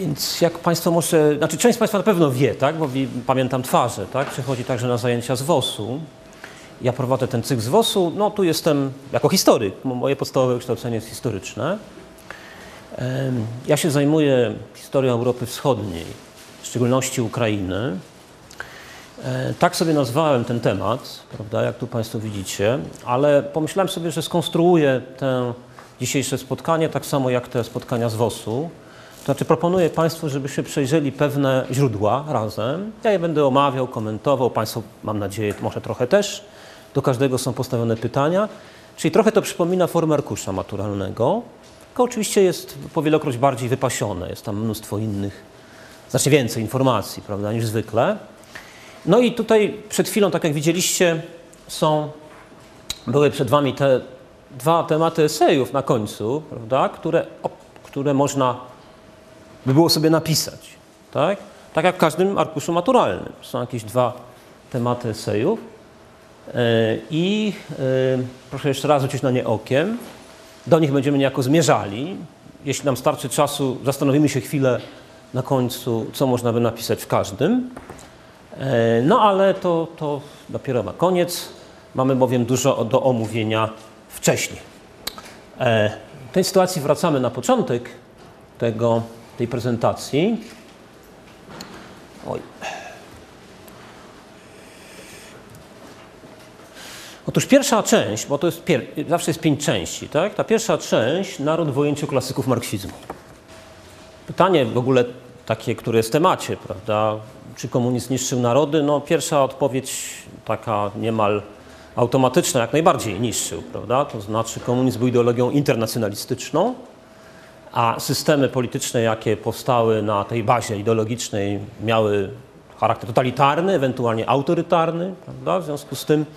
Więc jak Państwo może, znaczy część z Państwa na pewno wie, tak, bo pamiętam twarze, tak, przychodzi także na zajęcia z WOS-u. Ja prowadzę ten cykl z WOS-u, no tu jestem jako historyk, moje podstawowe kształcenie jest historyczne. Ja się zajmuję historią Europy Wschodniej, w szczególności Ukrainy. Tak sobie nazwałem ten temat, prawda, jak tu Państwo widzicie, ale pomyślałem sobie, że skonstruuję to dzisiejsze spotkanie tak samo jak te spotkania z WOS-u. To znaczy proponuję Państwu, żebyście przejrzeli pewne źródła razem. Ja je będę omawiał, komentował, Państwo, mam nadzieję, może trochę też. Do każdego są postawione pytania. Czyli trochę to przypomina formę arkusza maturalnego, tylko oczywiście jest powielokroć bardziej wypasione. Jest tam mnóstwo innych, znacznie więcej informacji, prawda, niż zwykle. No i tutaj przed chwilą, tak jak widzieliście, były przed Wami te dwa tematy esejów na końcu, prawda, które można by było sobie napisać, tak? Tak jak w każdym arkuszu maturalnym. Są jakieś dwa tematy esejów i proszę jeszcze raz rzucić na nie okiem. Do nich będziemy niejako zmierzali. Jeśli nam starczy czasu, zastanowimy się chwilę na końcu, co można by napisać w każdym. No ale to dopiero na koniec. Mamy bowiem dużo do omówienia wcześniej. W tej sytuacji wracamy na początek tej prezentacji. Otóż pierwsza część, bo to jest zawsze jest 5 części, tak? Ta pierwsza część, naród w ujęciu klasyków marksizmu. Pytanie w ogóle takie, które jest w temacie, prawda? Czy komunizm niszczył narody? No pierwsza odpowiedź taka niemal automatyczna, jak najbardziej niszczył, prawda? To znaczy komunizm był ideologią internacjonalistyczną, a systemy polityczne, jakie powstały na tej bazie ideologicznej, miały charakter totalitarny, ewentualnie autorytarny, prawda? W związku z tym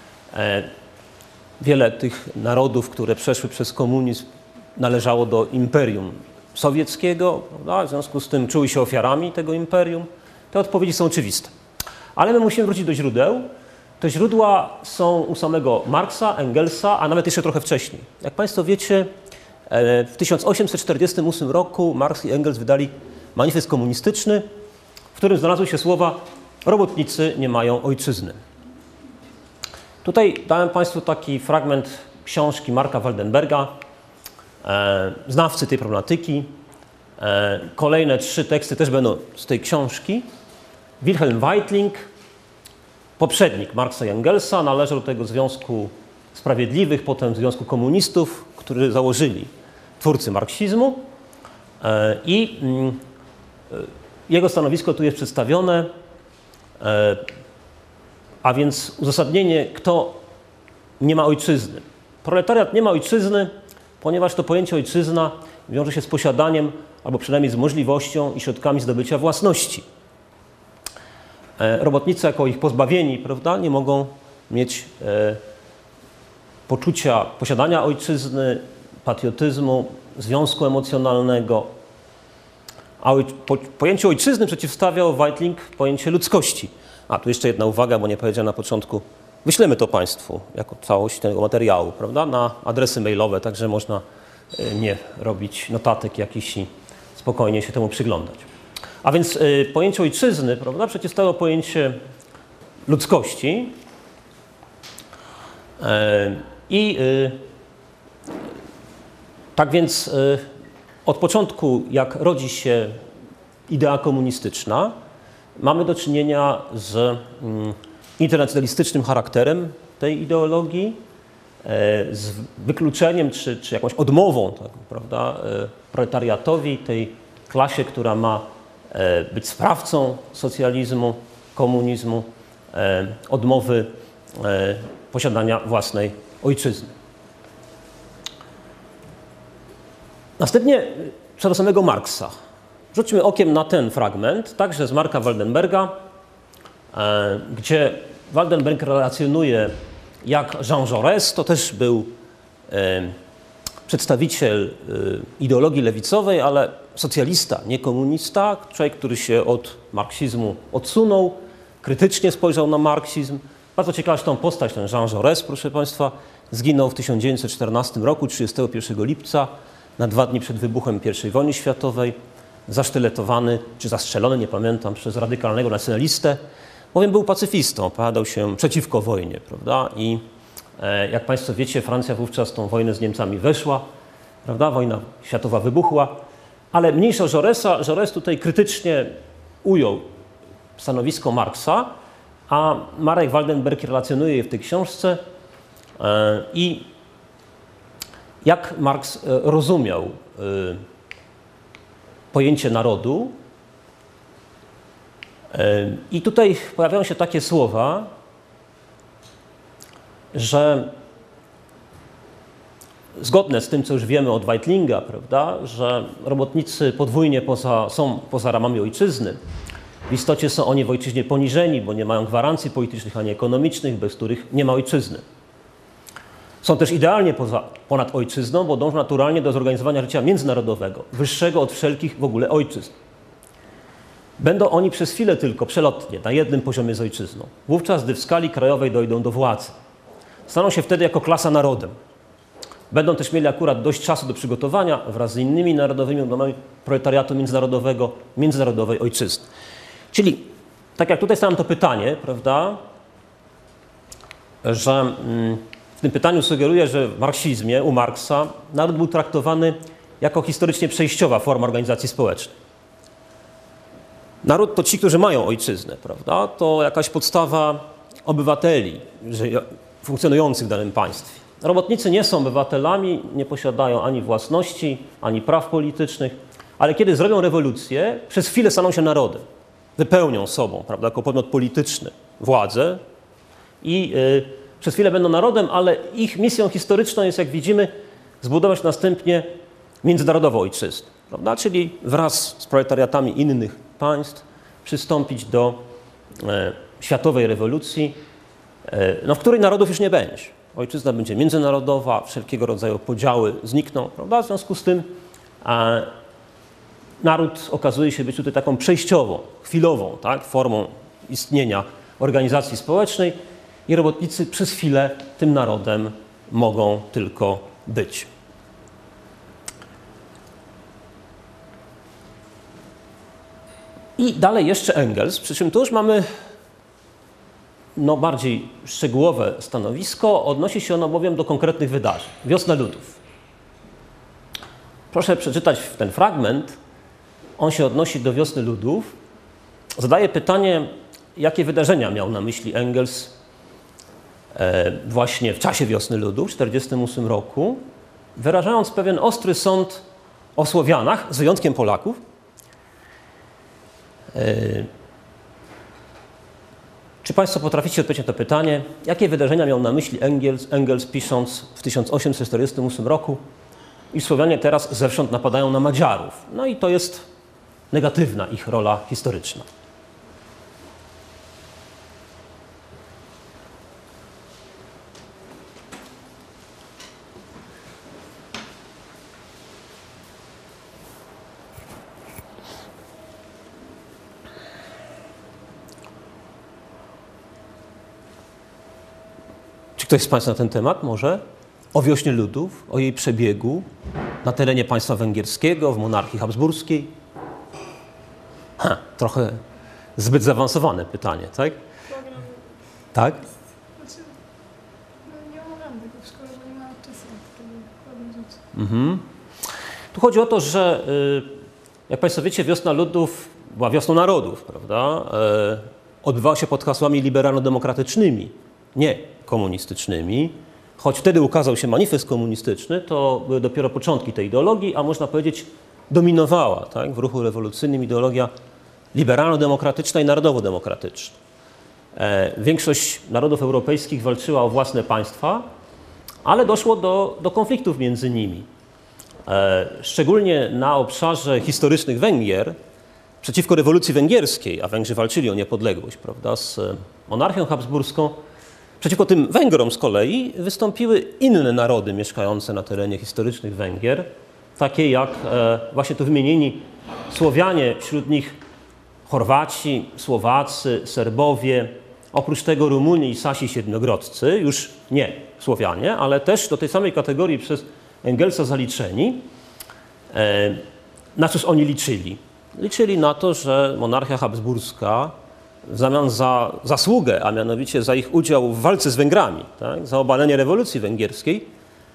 wiele tych narodów, które przeszły przez komunizm, należało do imperium sowieckiego, prawda? W związku z tym czuły się ofiarami tego imperium. Te odpowiedzi są oczywiste. Ale my musimy wrócić do źródeł. Te źródła są u samego Marksa, Engelsa, a nawet jeszcze trochę wcześniej. Jak Państwo wiecie, w 1848 roku Marks i Engels wydali manifest komunistyczny, w którym znalazły się słowa: robotnicy nie mają ojczyzny. Tutaj dałem Państwu taki fragment książki Marka Waldenberga, znawcy tej problematyki. Kolejne 3 teksty też będą z tej książki. Wilhelm Weitling, poprzednik Marksa i Engelsa, należał do tego Związku Sprawiedliwych, potem Związku Komunistów, który założyli twórcy marksizmu. I jego stanowisko tu jest przedstawione, a więc uzasadnienie, kto nie ma ojczyzny. Proletariat nie ma ojczyzny, ponieważ to pojęcie ojczyzna wiąże się z posiadaniem, albo przynajmniej z możliwością i środkami zdobycia własności. Robotnicy, jako ich pozbawieni, prawda, nie mogą mieć poczucia posiadania ojczyzny, patriotyzmu, związku emocjonalnego. A pojęciu ojczyzny przeciwstawiał Weitling pojęcie ludzkości. A tu jeszcze jedna uwaga, bo nie powiedziałem na początku. Wyślemy to Państwu jako całość tego materiału, prawda, na adresy mailowe, także można nie robić notatek jakichś i spokojnie się temu przyglądać. A więc pojęcie ojczyzny, prawda, przeciwstawiało pojęcie ludzkości. Tak więc od początku, jak rodzi się idea komunistyczna, mamy do czynienia z internacjonalistycznym charakterem tej ideologii, z wykluczeniem czy jakąś odmową, tak, prawda, proletariatowi, tej klasie, która ma być sprawcą socjalizmu, komunizmu, odmowy posiadania własnej ojczyzny. Następnie co do samego Marksa. Rzućmy okiem na ten fragment, także z Marka Waldenberga, gdzie Waldenberg relacjonuje, jak Jean Jaurès, to też był przedstawiciel ideologii lewicowej, ale socjalista, nie komunista, człowiek, który się od marksizmu odsunął, krytycznie spojrzał na marksizm. Bardzo ciekawa zresztą postać, ten Jean Jaurès, proszę Państwa, zginął w 1914 roku, 31 lipca, na 2 dni przed wybuchem I wojny światowej. zasztyletowany czy zastrzelony, nie pamiętam, przez radykalnego nacjonalistę, bowiem był pacyfistą, opowiadał się przeciwko wojnie, prawda? I jak Państwo wiecie, Francja wówczas tą wojnę z Niemcami weszła, prawda? Wojna światowa wybuchła, ale mniejsza o Jauresa. Jaurès tutaj krytycznie ujął stanowisko Marksa, a Marek Waldenberg relacjonuje je w tej książce i jak Marks rozumiał pojęcie narodu. I tutaj pojawiają się takie słowa, że zgodne z tym, co już wiemy od Weitlinga, prawda, że robotnicy podwójnie są poza ramami ojczyzny. W istocie są oni w ojczyźnie poniżeni, bo nie mają gwarancji politycznych ani ekonomicznych, bez których nie ma ojczyzny. Są też idealnie ponad ojczyzną, bo dążą naturalnie do zorganizowania życia międzynarodowego, wyższego od wszelkich w ogóle ojczyzn. Będą oni przez chwilę tylko, przelotnie, na jednym poziomie z ojczyzną. Wówczas, gdy w skali krajowej dojdą do władzy. Staną się wtedy jako klasa narodem. Będą też mieli akurat dość czasu do przygotowania wraz z innymi narodowymi odłamami proletariatu międzynarodowego, międzynarodowej ojczyzny. Czyli, tak jak tutaj stawiam to pytanie, prawda, że w tym pytaniu sugeruję, że w marksizmie, u Marksa, naród był traktowany jako historycznie przejściowa forma organizacji społecznej. Naród to ci, którzy mają ojczyznę, prawda? To jakaś podstawa obywateli funkcjonujących w danym państwie. Robotnicy nie są obywatelami, nie posiadają ani własności, ani praw politycznych, ale kiedy zrobią rewolucję, przez chwilę staną się narodem. Wypełnią sobą, prawda, jako podmiot polityczny władzę i przez chwilę będą narodem, ale ich misją historyczną jest, jak widzimy, zbudować następnie międzynarodową ojczyznę, prawda? Czyli wraz z proletariatami innych państw przystąpić do światowej rewolucji, w której narodów już nie będzie. Ojczyzna będzie międzynarodowa, wszelkiego rodzaju podziały znikną, prawda? W związku z tym naród okazuje się być tutaj taką przejściową, chwilową, tak, formą istnienia organizacji społecznej i robotnicy przez chwilę tym narodem mogą tylko być. I dalej jeszcze Engels, przy czym tu już mamy bardziej szczegółowe stanowisko, odnosi się ono bowiem do konkretnych wydarzeń. Wiosna ludów. Proszę przeczytać ten fragment. On się odnosi do wiosny ludów. Zadaje pytanie, jakie wydarzenia miał na myśli Engels właśnie w czasie wiosny ludów w 1948 roku, wyrażając pewien ostry sąd o Słowianach, z wyjątkiem Polaków. Czy Państwo potraficie odpowiedzieć na to pytanie? Jakie wydarzenia miał na myśli Engels pisząc w 1848 roku, iż Słowianie teraz zewsząd napadają na Madziarów? No i to jest negatywna ich rola historyczna. Czy ktoś z Państwa na ten temat może? O wiośnie ludów, o jej przebiegu na terenie państwa węgierskiego, w monarchii habsburskiej? Trochę zbyt zaawansowane pytanie, tak? Tak? Znaczy, nie omawiam tego w szkole, bo nie ma czasu na takie rzeczy. Tu chodzi o to, że jak Państwo wiecie, wiosna ludów była wiosną narodów, prawda? Odbywała się pod hasłami liberalno-demokratycznymi, nie komunistycznymi. Choć wtedy ukazał się manifest komunistyczny, to były dopiero początki tej ideologii, a można powiedzieć dominowała, tak, w ruchu rewolucyjnym ideologia liberalno-demokratyczna i narodowo-demokratyczna. Większość narodów europejskich walczyła o własne państwa, ale doszło do konfliktów między nimi. Szczególnie na obszarze historycznych Węgier, przeciwko rewolucji węgierskiej, a Węgrzy walczyli o niepodległość, prawda, z monarchią habsburską. Przeciwko tym Węgrom z kolei wystąpiły inne narody mieszkające na terenie historycznych Węgier, takie jak właśnie tu wymienieni Słowianie, wśród nich Chorwaci, Słowacy, Serbowie, oprócz tego Rumuni i Sasi Siedmiogrodzcy, już nie Słowianie, ale też do tej samej kategorii przez Engelsa zaliczeni. Na cóż oni liczyli? liczyli na to, że monarchia habsburska w zamian za zasługę, a mianowicie za ich udział w walce z Węgrami, tak, za obalenie rewolucji węgierskiej,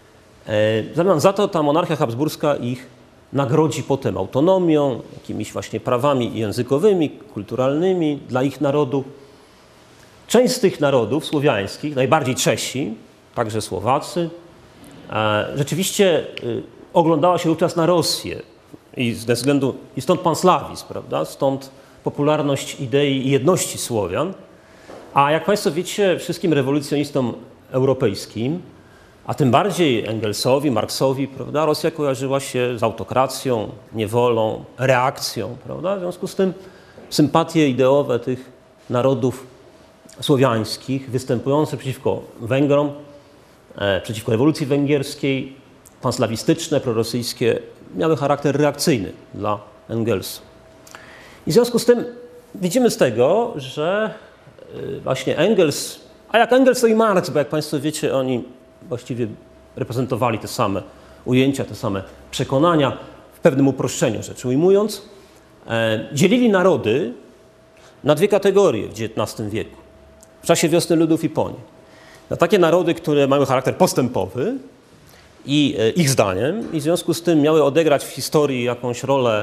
w zamian za to ta monarchia habsburska ich nagrodzi potem autonomią, jakimiś właśnie prawami językowymi, kulturalnymi dla ich narodu. Część z tych narodów słowiańskich, najbardziej Czesi, także Słowacy, rzeczywiście oglądała się wówczas na Rosję i stąd panslawizm, prawda? Stąd popularność idei jedności Słowian. A jak Państwo wiecie, wszystkim rewolucjonistom europejskim, a tym bardziej Engelsowi, Marksowi, prawda, Rosja kojarzyła się z autokracją, niewolą, reakcją, prawda? W związku z tym sympatie ideowe tych narodów słowiańskich występujące przeciwko Węgrom, przeciwko rewolucji węgierskiej, panslawistyczne, prorosyjskie, miały charakter reakcyjny dla Engelsa. I w związku z tym widzimy z tego, że właśnie Engels, a jak Engels to i Marx, bo jak Państwo wiecie, oni właściwie reprezentowali te same ujęcia, te same przekonania, w pewnym uproszczeniu rzecz ujmując, dzielili narody na dwie kategorie w XIX wieku, w czasie Wiosny Ludów i po niej. Na takie narody, które mają charakter postępowy i ich zdaniem i w związku z tym miały odegrać w historii jakąś rolę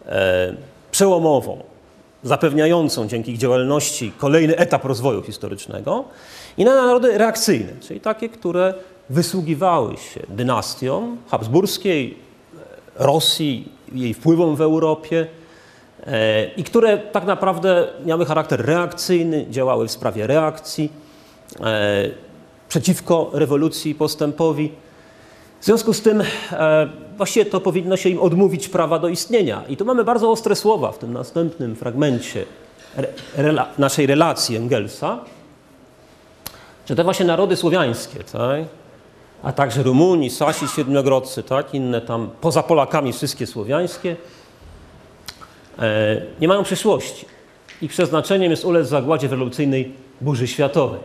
przełomową, zapewniającą dzięki ich działalności kolejny etap rozwoju historycznego, i na narody reakcyjne, czyli takie, które wysługiwały się dynastiom habsburskiej, Rosji, jej wpływom w Europie i które tak naprawdę miały charakter reakcyjny, działały w sprawie reakcji przeciwko rewolucji i postępowi. W związku z tym właściwie to powinno się im odmówić prawa do istnienia. I tu mamy bardzo ostre słowa w tym następnym fragmencie naszej relacji Engelsa, że te właśnie narody słowiańskie, tak, a także Rumuni, Sasi, Siedmiogrodcy, tak, inne tam poza Polakami wszystkie słowiańskie, nie mają przyszłości. Ich przeznaczeniem jest ulec zagładzie w rewolucyjnej burzy światowej.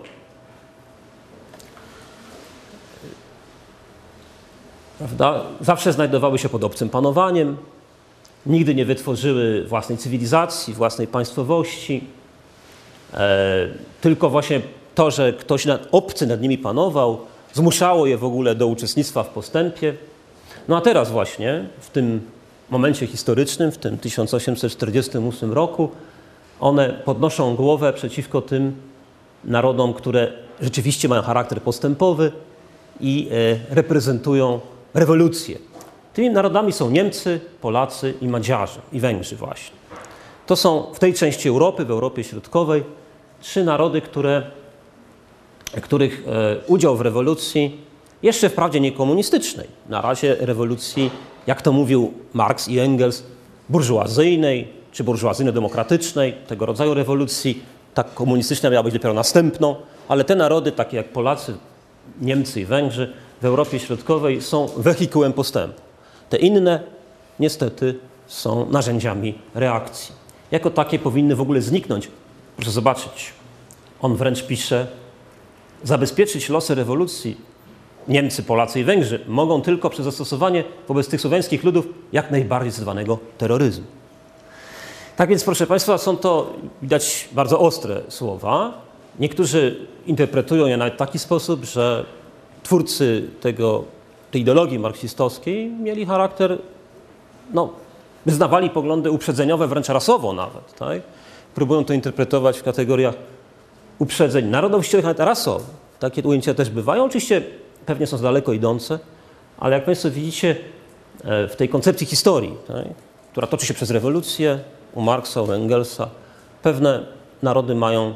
Prawda? Zawsze znajdowały się pod obcym panowaniem, nigdy nie wytworzyły własnej cywilizacji, własnej państwowości. Tylko właśnie to, że ktoś obcy nad nimi panował, zmuszało je w ogóle do uczestnictwa w postępie. No a teraz właśnie, w tym momencie historycznym, w tym 1848 roku, one podnoszą głowę przeciwko tym narodom, które rzeczywiście mają charakter postępowy i reprezentują rewolucję. Tymi narodami są Niemcy, Polacy i Madziarze, i Węgrzy właśnie. To są w tej części Europy, w Europie Środkowej, trzy narody, których udział w rewolucji, jeszcze wprawdzie nie komunistycznej, na razie rewolucji, jak to mówił Marx i Engels, burżuazyjnej czy burżuazyjno-demokratycznej, tego rodzaju rewolucji, tak komunistyczna miała być dopiero następną, ale te narody, takie jak Polacy, Niemcy i Węgrzy, w Europie Środkowej są wehikułem postępu. Te inne niestety są narzędziami reakcji. Jako takie powinny w ogóle zniknąć. Proszę zobaczyć, on wręcz pisze, zabezpieczyć losy rewolucji Niemcy, Polacy i Węgrzy mogą tylko przez zastosowanie wobec tych słowiańskich ludów jak najbardziej zwanego terroryzmu. Tak więc, proszę Państwa, są to, widać, bardzo ostre słowa. Niektórzy interpretują je nawet w taki sposób, że twórcy tej ideologii marksistowskiej mieli charakter, wyznawali poglądy uprzedzeniowe, wręcz rasowo nawet. Tak? Próbują to interpretować w kategoriach uprzedzeń narodowościowych, nawet rasowych. Takie ujęcia też bywają. Oczywiście pewnie są daleko idące, ale jak Państwo widzicie w tej koncepcji historii, tak? Która toczy się przez rewolucję, u Marksa, u Engelsa, pewne narody mają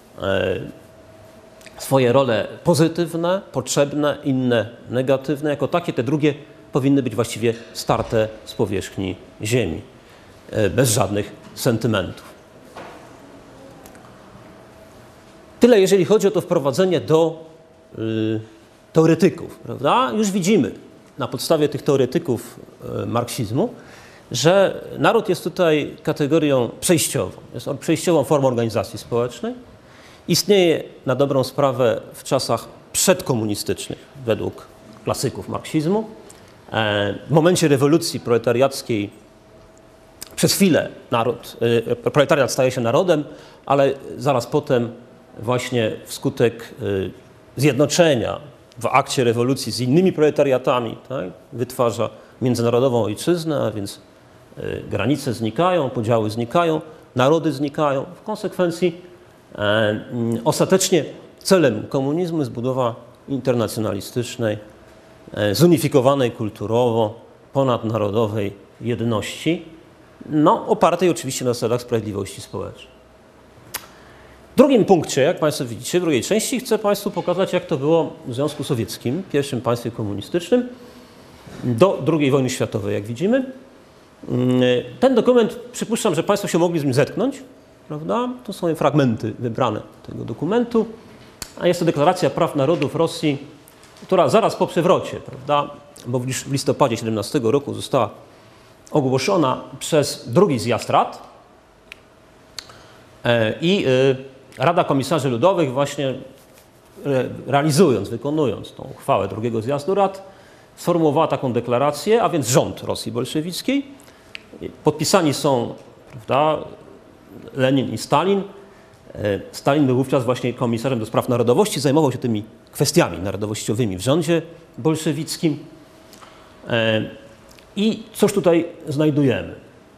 swoje role pozytywne, potrzebne, inne negatywne. Jako takie te drugie powinny być właściwie starte z powierzchni ziemi, bez żadnych sentymentów. Tyle, jeżeli chodzi o to wprowadzenie do teoretyków, prawda? Już widzimy na podstawie tych teoretyków marksizmu, że naród jest tutaj kategorią przejściową. Jest przejściową formą organizacji społecznej. Istnieje na dobrą sprawę w czasach przedkomunistycznych, według klasyków marksizmu. W momencie rewolucji proletariackiej przez chwilę proletariat staje się narodem, ale zaraz potem właśnie wskutek zjednoczenia w akcie rewolucji z innymi proletariatami, tak, wytwarza międzynarodową ojczyznę, a więc granice znikają, podziały znikają, narody znikają. W konsekwencji ostatecznie celem komunizmu jest budowa internacjonalistycznej, zunifikowanej kulturowo, ponadnarodowej jedności, no, opartej oczywiście na zasadach sprawiedliwości społecznej. W drugim punkcie, jak Państwo widzicie, w drugiej części chcę Państwu pokazać, jak to było w Związku Sowieckim, pierwszym państwie komunistycznym, do II wojny światowej, jak widzimy. Ten dokument, przypuszczam, że Państwo się mogli z nim zetknąć, prawda? To są fragmenty wybrane tego dokumentu, a jest to Deklaracja Praw Narodów Rosji, która zaraz po przewrocie, prawda, bo w listopadzie 17 roku została ogłoszona przez drugi zjazd rad i Rada Komisarzy Ludowych właśnie wykonując tą uchwałę drugiego zjazdu rad, sformułowała taką deklarację, a więc rząd Rosji bolszewickiej. Podpisani są, prawda, Lenin i Stalin. Stalin był wówczas właśnie komisarzem do spraw narodowości, zajmował się tymi kwestiami narodowościowymi w rządzie bolszewickim. I cóż tutaj znajdujemy?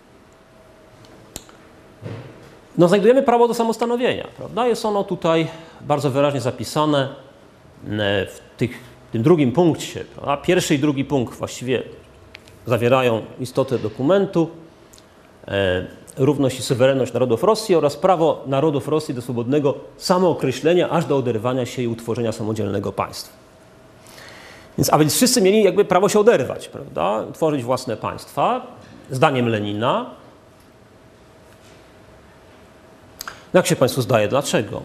No, znajdujemy prawo do samostanowienia, prawda? Jest ono tutaj bardzo wyraźnie zapisane w tym drugim punkcie. Prawda? Pierwszy i drugi punkt właściwie zawierają istotę dokumentu. Równość i suwerenność narodów Rosji oraz prawo narodów Rosji do swobodnego samookreślenia aż do oderwania się i utworzenia samodzielnego państwa. A więc wszyscy mieli jakby prawo się oderwać, prawda? Tworzyć własne państwa, zdaniem Lenina. Jak się Państwu zdaje, dlaczego?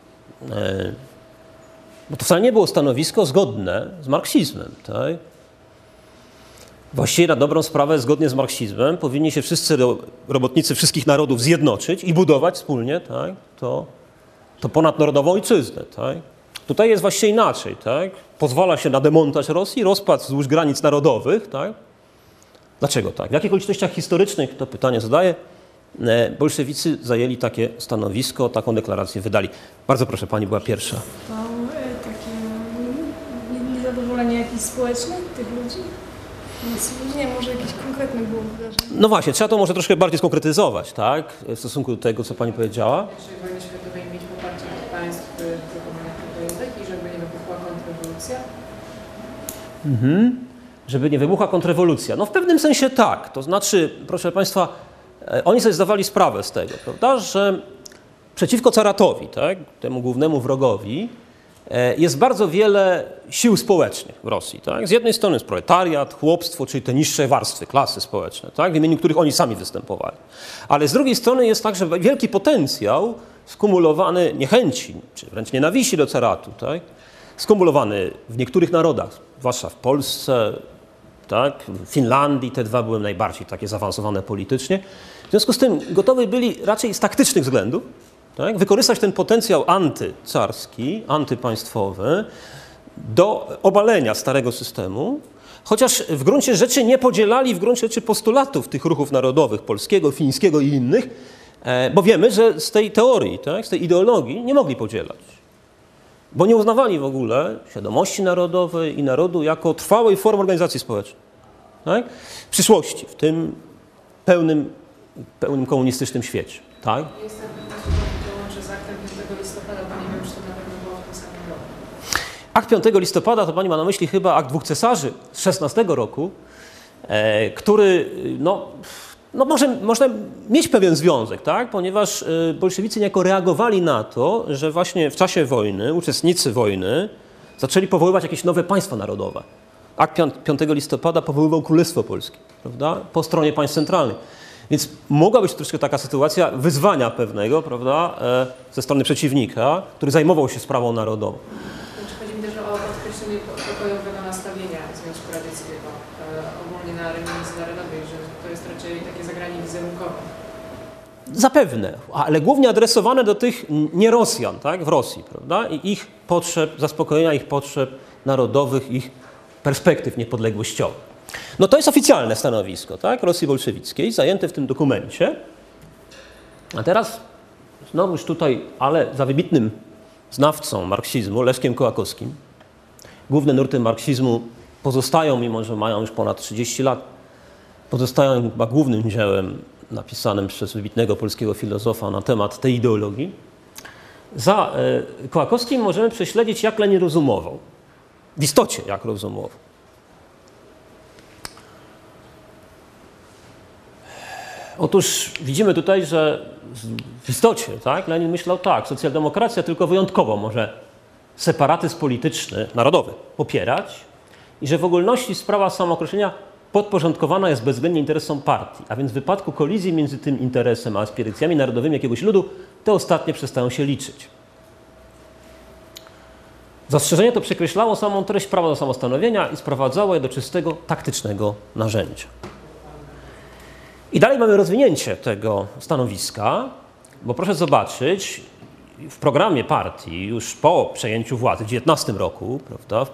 Bo to wcale nie było stanowisko zgodne z marksizmem. Tak? Właściwie na dobrą sprawę, zgodnie z marksizmem, powinni się wszyscy robotnicy wszystkich narodów zjednoczyć i budować wspólnie, tak? to ponadnarodową ojczyznę. Tak? Tutaj jest właściwie inaczej. Tak? Pozwala się na demontaż Rosji, rozpad wzdłuż granic narodowych. Tak? Dlaczego tak? W jakich okolicznościach historycznych, to pytanie zadaję, bolszewicy zajęli takie stanowisko, taką deklarację wydali. Bardzo proszę, Pani była pierwsza. Takie niezadowolenie jakieś społeczne tych ludzi? Nie, może jakieś konkretne było wydarzenie. No właśnie, trzeba to może troszkę bardziej skonkretyzować, tak? W stosunku do tego, co Pani powiedziała. W wojnie światowej mieć poparcie od państw proponowanych pokojowych i żeby nie wybuchła kontrrewolucja? Żeby nie wybuchła kontrrewolucja. No w pewnym sensie tak. To znaczy, proszę Państwa, oni sobie zdawali sprawę z tego, prawda, że przeciwko caratowi, tak, temu głównemu wrogowi, jest bardzo wiele sił społecznych w Rosji. Tak? Z jednej strony jest proletariat, chłopstwo, czyli te niższe warstwy, klasy społeczne, tak? W imieniu których oni sami występowali. Ale z drugiej strony jest także wielki potencjał skumulowany niechęci, czy wręcz nienawiści do caratu, tak? Skumulowany w niektórych narodach, zwłaszcza w Polsce, tak? W Finlandii te dwa były najbardziej takie zaawansowane politycznie. W związku z tym gotowi byli raczej z taktycznych względów, tak? Wykorzystać ten potencjał antycarski, antypaństwowy do obalenia starego systemu, chociaż w gruncie rzeczy nie podzielali w gruncie rzeczy postulatów tych ruchów narodowych, polskiego, fińskiego i innych, bo wiemy, że z tej teorii, tak? Z tej ideologii nie mogli podzielać. Bo nie uznawali w ogóle świadomości narodowej i narodu jako trwałej formy organizacji społecznej. Tak? W przyszłości, w tym pełnym komunistycznym świecie. Tak? Jestem łączy z aktem 5 listopada, bo nie wiem, czy to na pewno było w tym samym roku. Akt 5 listopada to Pani ma na myśli chyba akt dwóch cesarzy z 16 roku, który może mieć pewien związek, tak? Ponieważ bolszewicy niejako reagowali na to, że właśnie w czasie wojny uczestnicy wojny zaczęli powoływać jakieś nowe państwa narodowe. Akt 5 listopada powoływał Królestwo Polskie, prawda? Po stronie państw centralnych. Więc mogła być troszkę taka sytuacja wyzwania pewnego, prawda, ze strony przeciwnika, który zajmował się sprawą narodową. Znaczy, chodzi mi też o podkreślenie pokojowego nastawienia Związku Radzieckiego ogólnie na arenie międzynarodowej, że to jest raczej takie zagranie wizerunkowe. Zapewne, ale głównie adresowane do tych nie-Rosjan, tak, w Rosji, prawda, i ich potrzeb, zaspokojenia ich potrzeb narodowych, ich perspektyw niepodległościowych. No to jest oficjalne stanowisko, tak, Rosji bolszewickiej, zajęte w tym dokumencie. A teraz znowuż tutaj, ale za wybitnym znawcą marksizmu, Leszkiem Kołakowskim. Główne nurty marksizmu pozostają, mimo że mają już ponad 30 lat, pozostają chyba głównym dziełem napisanym przez wybitnego polskiego filozofa na temat tej ideologii. Za Kołakowskim możemy prześledzić, jak Lenin rozumował. W istocie, jak rozumował. Otóż widzimy tutaj, że w istocie, tak, Lenin myślał tak, socjaldemokracja tylko wyjątkowo może separatyzm polityczny, narodowy popierać i że w ogólności sprawa samookreślenia podporządkowana jest bezwzględnie interesom partii, a więc w wypadku kolizji między tym interesem a aspiracjami narodowymi jakiegoś ludu, te ostatnie przestają się liczyć. Zastrzeżenie to przekreślało samą treść prawa do samostanowienia i sprowadzało je do czystego, taktycznego narzędzia. I dalej mamy rozwinięcie tego stanowiska, bo proszę zobaczyć, w programie partii już po przejęciu władzy w 19 roku, prawda,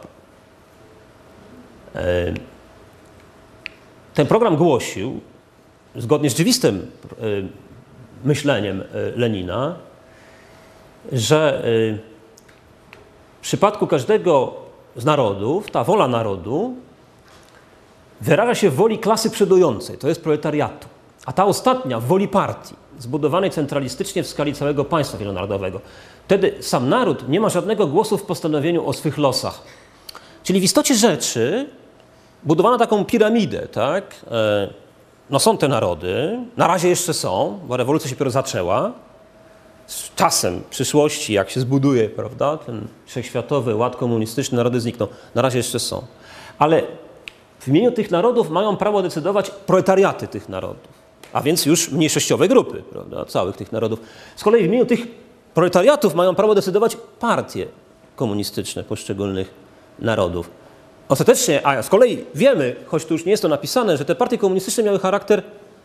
ten program głosił, zgodnie z rzeczywistym myśleniem Lenina, że w przypadku każdego z narodów ta wola narodu wyraża się w woli klasy przodującej, to jest proletariatu, a ta ostatnia w woli partii, zbudowanej centralistycznie w skali całego państwa wielonarodowego. Wtedy sam naród nie ma żadnego głosu w postanowieniu o swych losach. Czyli w istocie rzeczy budowano taką piramidę, tak? No są te narody, na razie jeszcze są, bo rewolucja się dopiero zaczęła. Z czasem, w przyszłości, jak się zbuduje, prawda, ten wszechświatowy ład komunistyczny, narody znikną. Na razie jeszcze są. Ale w imieniu tych narodów mają prawo decydować proletariaty tych narodów, a więc już mniejszościowe grupy, prawda, całych tych narodów. Z kolei w imieniu tych proletariatów mają prawo decydować partie komunistyczne poszczególnych narodów. Ostatecznie, a z kolei wiemy, choć tu już nie jest to napisane, że te partie komunistyczne miały charakter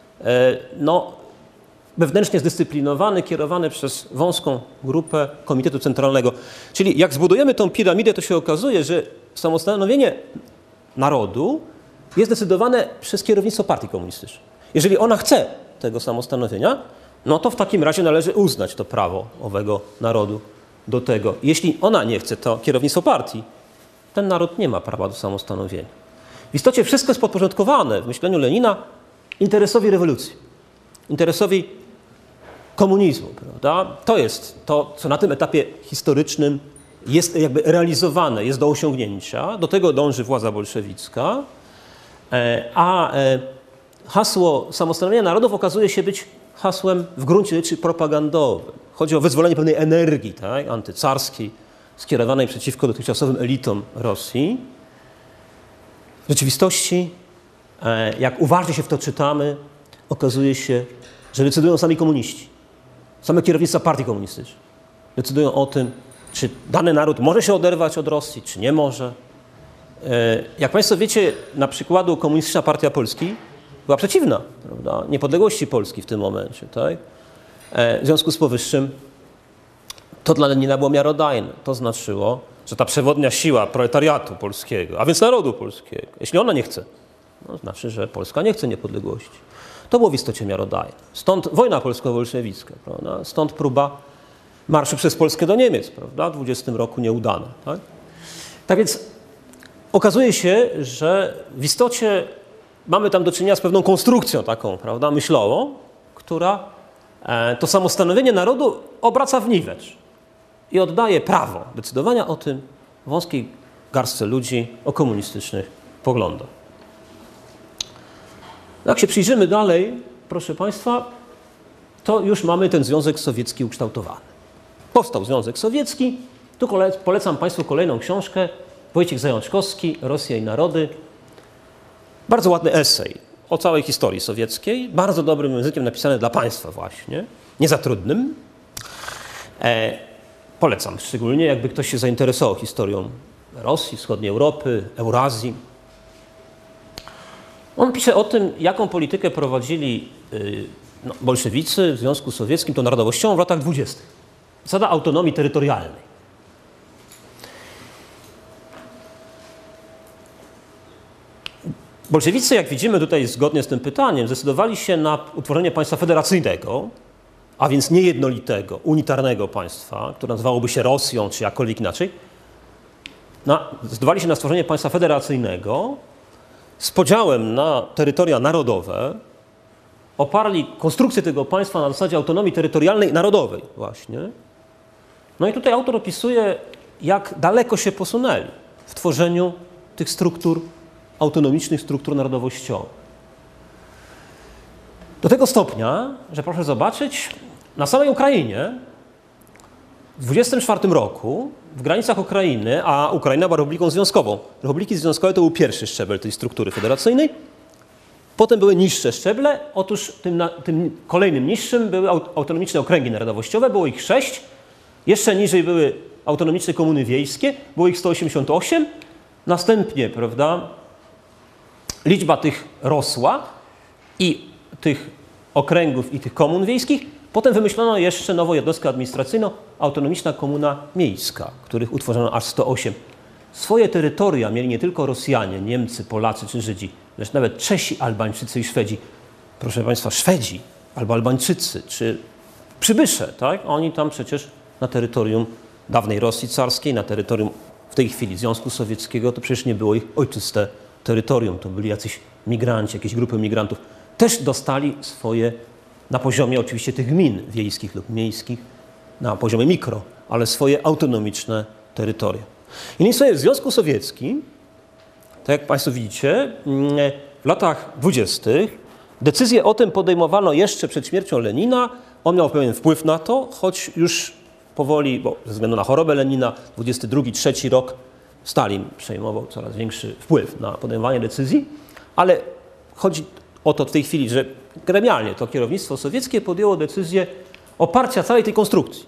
wewnętrznie zdyscyplinowany, kierowany przez wąską grupę Komitetu Centralnego. Czyli jak zbudujemy tą piramidę, to się okazuje, że samostanowienie narodu jest decydowane przez kierownictwo partii komunistycznej. Jeżeli ona chce tego samostanowienia, no to w takim razie należy uznać to prawo owego narodu do tego. Jeśli ona nie chce, to kierownictwo partii, ten naród nie ma prawa do samostanowienia. W istocie wszystko jest podporządkowane w myśleniu Lenina interesowi rewolucji, interesowi komunizmu, prawda? To jest to, co na tym etapie historycznym jest jakby realizowane, jest do osiągnięcia. Do tego dąży władza bolszewicka, a hasło samostanowienia narodów okazuje się być hasłem w gruncie rzeczy propagandowym. Chodzi o wyzwolenie pewnej energii, tak, antycarskiej, skierowanej przeciwko dotychczasowym elitom Rosji. W rzeczywistości, jak uważnie się w to czytamy, okazuje się, że decydują sami komuniści, same kierownictwa partii komunistycznych. Decydują o tym, czy dany naród może się oderwać od Rosji, czy nie może. Jak Państwo wiecie, na przykładu Komunistyczna Partia Polski była przeciwna, prawda, niepodległości Polski w tym momencie. Tak? W związku z powyższym to dla Lenina było miarodajne. To znaczyło, że ta przewodnia siła proletariatu polskiego, a więc narodu polskiego, jeśli ona nie chce, no, znaczy, że Polska nie chce niepodległości. To było w istocie miarodajne. Stąd wojna polsko-bolszewicka, prawda? Stąd próba marszu przez Polskę do Niemiec, prawda? W 20 roku nieudana. Tak? Tak więc okazuje się, że w istocie mamy tam do czynienia z pewną konstrukcją taką, prawda, myślową, która to samostanowienie narodu obraca w niwecz i oddaje prawo decydowania o tym wąskiej garstce ludzi o komunistycznych poglądach. Jak się przyjrzymy dalej, proszę Państwa, to już mamy ten Związek Sowiecki ukształtowany. Powstał Związek Sowiecki. Tu polecam Państwu kolejną książkę. Wojciech Zajączkowski, Rosja i narody. Bardzo ładny esej o całej historii sowieckiej. Bardzo dobrym językiem napisany dla Państwa właśnie. Nie za trudnym. Polecam szczególnie, jakby ktoś się zainteresował historią Rosji, wschodniej Europy, Eurazji. On pisze o tym, jaką politykę prowadzili bolszewicy w Związku Sowieckim, tą narodowością w latach 20. Zasada autonomii terytorialnej. Bolszewicy, jak widzimy tutaj zgodnie z tym pytaniem, zdecydowali się na utworzenie państwa federacyjnego, a więc niejednolitego, unitarnego państwa, które nazywałoby się Rosją, czy jakkolwiek inaczej. Zdecydowali się na stworzenie państwa federacyjnego z podziałem na terytoria narodowe, oparli konstrukcję tego państwa na zasadzie autonomii terytorialnej narodowej właśnie. No i tutaj autor opisuje, jak daleko się posunęli w tworzeniu tych struktur, autonomicznych struktur narodowościowych. Do tego stopnia, że proszę zobaczyć, na samej Ukrainie w 1924 roku w granicach Ukrainy, a Ukraina była republiką związkową. Republiki związkowe to był pierwszy szczebel tej struktury federacyjnej. Potem były niższe szczeble. Otóż tym kolejnym niższym były autonomiczne okręgi narodowościowe. Było ich 6. Jeszcze niżej były autonomiczne komuny wiejskie. Było ich 188. Następnie, prawda, liczba tych rosła i tych okręgów i tych komun wiejskich. Potem wymyślono jeszcze nową jednostkę administracyjną, autonomiczna komuna miejska, których utworzono aż 108. Swoje terytoria mieli nie tylko Rosjanie, Niemcy, Polacy czy Żydzi, lecz nawet Czesi, Albańczycy i Szwedzi. Proszę Państwa, Szwedzi albo Albańczycy czy przybysze, tak? Oni tam przecież na terytorium dawnej Rosji carskiej, na terytorium w tej chwili Związku Sowieckiego, to przecież nie było ich ojczyste terytorium. To byli jacyś migranci, jakieś grupy migrantów. Też dostali swoje, na poziomie oczywiście tych gmin wiejskich lub miejskich, na poziomie mikro, ale swoje autonomiczne terytoria. Innymi słowy, w Związku Sowieckim, tak jak Państwo widzicie, w latach 20. decyzje o tym podejmowano jeszcze przed śmiercią Lenina. On miał pewien wpływ na to, choć już powoli, bo ze względu na chorobę Lenina, 22-23 rok, Stalin przejmował coraz większy wpływ na podejmowanie decyzji, ale chodzi o to w tej chwili, że gremialnie to kierownictwo sowieckie podjęło decyzję oparcia całej tej konstrukcji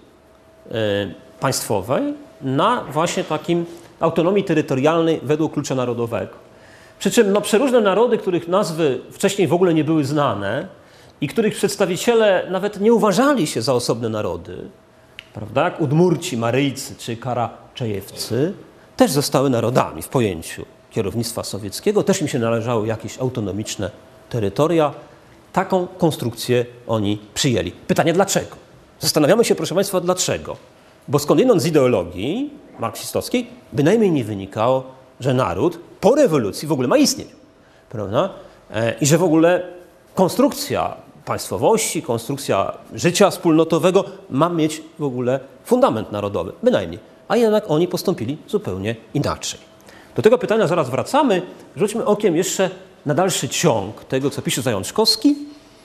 państwowej na właśnie takim autonomii terytorialnej według klucza narodowego. Przy czym przeróżne narody, których nazwy wcześniej w ogóle nie były znane i których przedstawiciele nawet nie uważali się za osobne narody, prawda, jak Udmurci, Maryjcy czy Karaczejewcy, też zostały narodami w pojęciu kierownictwa sowieckiego, też im się należały jakieś autonomiczne terytoria. Taką konstrukcję oni przyjęli. Pytanie dlaczego? Zastanawiamy się, proszę Państwa, dlaczego. Bo skądinąd z ideologii marksistowskiej bynajmniej nie wynikało, że naród po rewolucji w ogóle ma istnieć. Prawda? I że w ogóle konstrukcja państwowości, konstrukcja życia wspólnotowego ma mieć w ogóle fundament narodowy. Bynajmniej. A jednak oni postąpili zupełnie inaczej. Do tego pytania zaraz wracamy. Rzućmy okiem jeszcze na dalszy ciąg tego, co pisze Zajączkowski,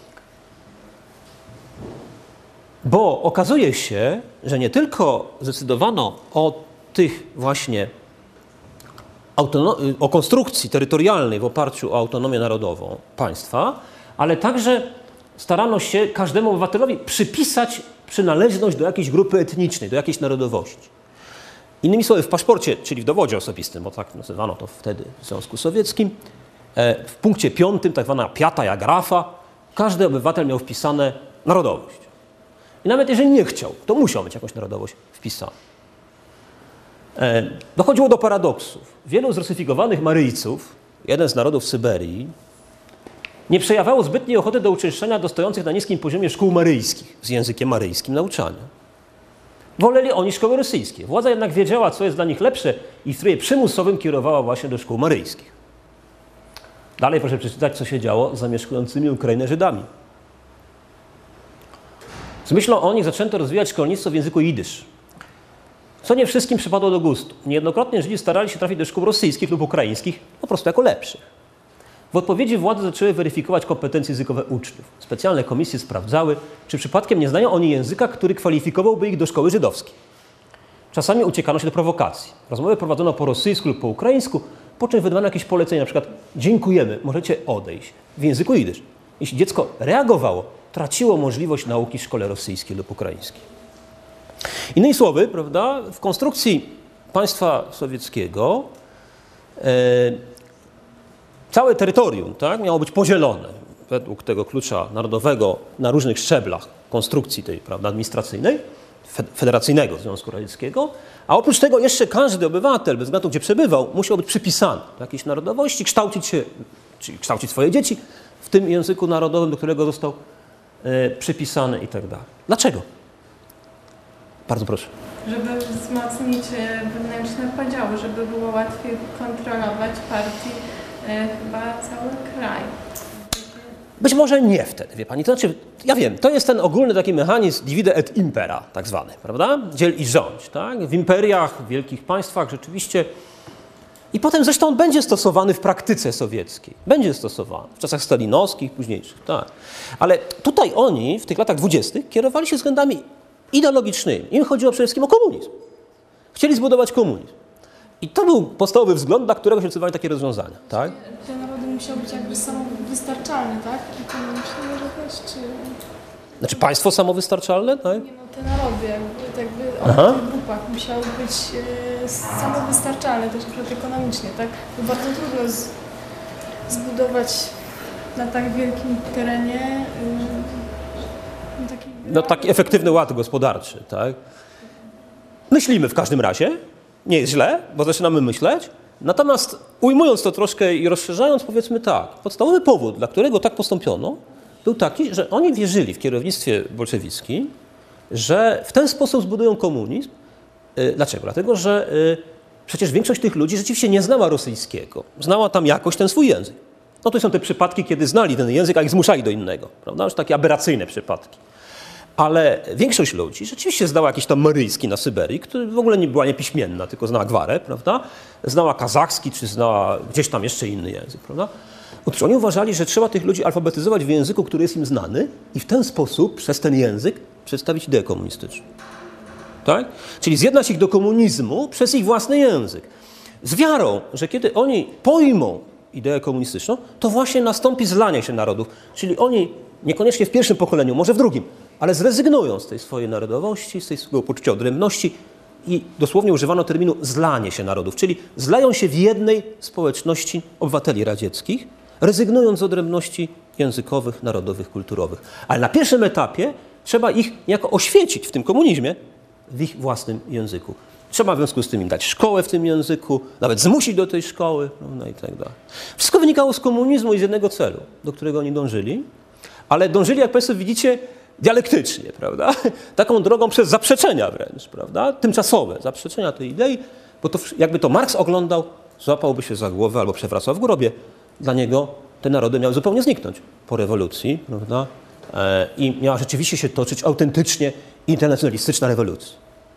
bo okazuje się, że nie tylko zdecydowano o tych właśnie o konstrukcji terytorialnej w oparciu o autonomię narodową państwa, ale także starano się każdemu obywatelowi przypisać przynależność do jakiejś grupy etnicznej, do jakiejś narodowości. Innymi słowy, w paszporcie, czyli w dowodzie osobistym, bo tak nazywano to wtedy w Związku Sowieckim, w punkcie 5, tak zwana piata grafa, każdy obywatel miał wpisane narodowość. I nawet jeżeli nie chciał, to musiał mieć jakąś narodowość wpisaną. Dochodziło do paradoksów. Wielu zrusyfikowanych Maryjców, jeden z narodów Syberii, nie przejawiało zbytniej ochoty do uczęszczania do stojących na niskim poziomie szkół maryjskich z językiem maryjskim nauczania. Woleli oni szkoły rosyjskie. Władza jednak wiedziała, co jest dla nich lepsze i w trybie przymusowym kierowała właśnie do szkół maryjskich. Dalej proszę przeczytać, co się działo z zamieszkującymi Ukrainę Żydami. Z myślą o nich zaczęto rozwijać szkolnictwo w języku jidysz, co nie wszystkim przypadło do gustu. Niejednokrotnie Żydzi starali się trafić do szkół rosyjskich lub ukraińskich po prostu jako lepszych. W odpowiedzi władze zaczęły weryfikować kompetencje językowe uczniów. Specjalne komisje sprawdzały, czy przypadkiem nie znają oni języka, który kwalifikowałby ich do szkoły żydowskiej. Czasami uciekano się do prowokacji. Rozmowy prowadzono po rosyjsku lub po ukraińsku, po czym wydawano jakieś polecenie, na przykład dziękujemy, możecie odejść w języku jidysz. Jeśli dziecko reagowało, traciło możliwość nauki w szkole rosyjskiej lub ukraińskiej. Innymi słowy, prawda, w konstrukcji państwa sowieckiego całe terytorium, tak, miało być podzielone według tego klucza narodowego na różnych szczeblach konstrukcji tej, prawda, administracyjnej, federacyjnego Związku Radzieckiego, a oprócz tego jeszcze każdy obywatel, bez względu gdzie przebywał, musiał być przypisany do jakiejś narodowości, kształcić się czyli kształcić swoje dzieci w tym języku narodowym, do którego został przypisany i tak dalej. Dlaczego? Bardzo proszę. Żeby wzmocnić wewnętrzne podziały, żeby było łatwiej kontrolować partii chyba cały kraj. Być może nie wtedy, wie pani. To znaczy, ja wiem, to jest ten ogólny taki mechanizm divide et impera, tak zwany, prawda? Dziel i rządź, tak? W imperiach, w wielkich państwach rzeczywiście. I potem zresztą on będzie stosowany w praktyce sowieckiej. Będzie stosowany w czasach stalinowskich, późniejszych, tak. Ale tutaj oni w tych latach 20. kierowali się względami ideologicznymi. Im chodziło przede wszystkim o komunizm. Chcieli zbudować komunizm. I to był podstawowy wzgląd, dla którego się decydowali takie rozwiązania, tak? Te narody musiały być jakby samowystarczalne, tak? Ekonomicznie może też, czy... Znaczy państwo samowystarczalne, tak? Nie no, te narody jakby o tych grupach musiały być samowystarczalne też przykład ekonomicznie, tak? To bardzo trudno zbudować na tak wielkim terenie taki efektywny ład gospodarczy, tak? Myślimy w każdym razie, nie jest źle, bo zaczynamy myśleć, natomiast ujmując to troszkę i rozszerzając, powiedzmy tak, podstawowy powód, dla którego tak postąpiono, był taki, że oni wierzyli w kierownictwie bolszewickim, że w ten sposób zbudują komunizm. Dlaczego? Dlatego, że przecież większość tych ludzi rzeczywiście nie znała rosyjskiego, znała tam jakoś ten swój język. No to są te przypadki, kiedy znali ten język, a ich zmuszali do innego, prawda? Już takie aberracyjne przypadki. Ale większość ludzi rzeczywiście znała jakiś tam maryjski na Syberii, który w ogóle nie była niepiśmienna, tylko znała gwarę, prawda? Znała kazachski, czy znała gdzieś tam jeszcze inny język, prawda? Otóż oni uważali, że trzeba tych ludzi alfabetyzować w języku, który jest im znany i w ten sposób, przez ten język, przedstawić ideę komunistyczną. Tak? Czyli zjednać ich do komunizmu przez ich własny język. Z wiarą, że kiedy oni pojmą ideę komunistyczną, to właśnie nastąpi zlanie się narodów. Czyli oni, niekoniecznie w pierwszym pokoleniu, może w drugim, ale zrezygnują z tej swojej narodowości, z tej swojego poczucia odrębności i dosłownie używano terminu zlanie się narodów, czyli zlają się w jednej społeczności obywateli radzieckich, rezygnując z odrębności językowych, narodowych, kulturowych. Ale na pierwszym etapie trzeba ich niejako oświecić w tym komunizmie w ich własnym języku. Trzeba w związku z tym im dać szkołę w tym języku, nawet zmusić do tej szkoły, no i tak dalej. Wszystko wynikało z komunizmu i z jednego celu, do którego oni dążyli, ale dążyli, jak Państwo widzicie, dialektycznie, prawda? Taką drogą przez zaprzeczenia wręcz, prawda? Tymczasowe zaprzeczenia tej idei, bo to jakby to Marks oglądał, złapałby się za głowę albo przewracał w grobie. Dla niego te narody miały zupełnie zniknąć po rewolucji, prawda? I miała rzeczywiście się toczyć autentycznie internacjonalistyczna rewolucja.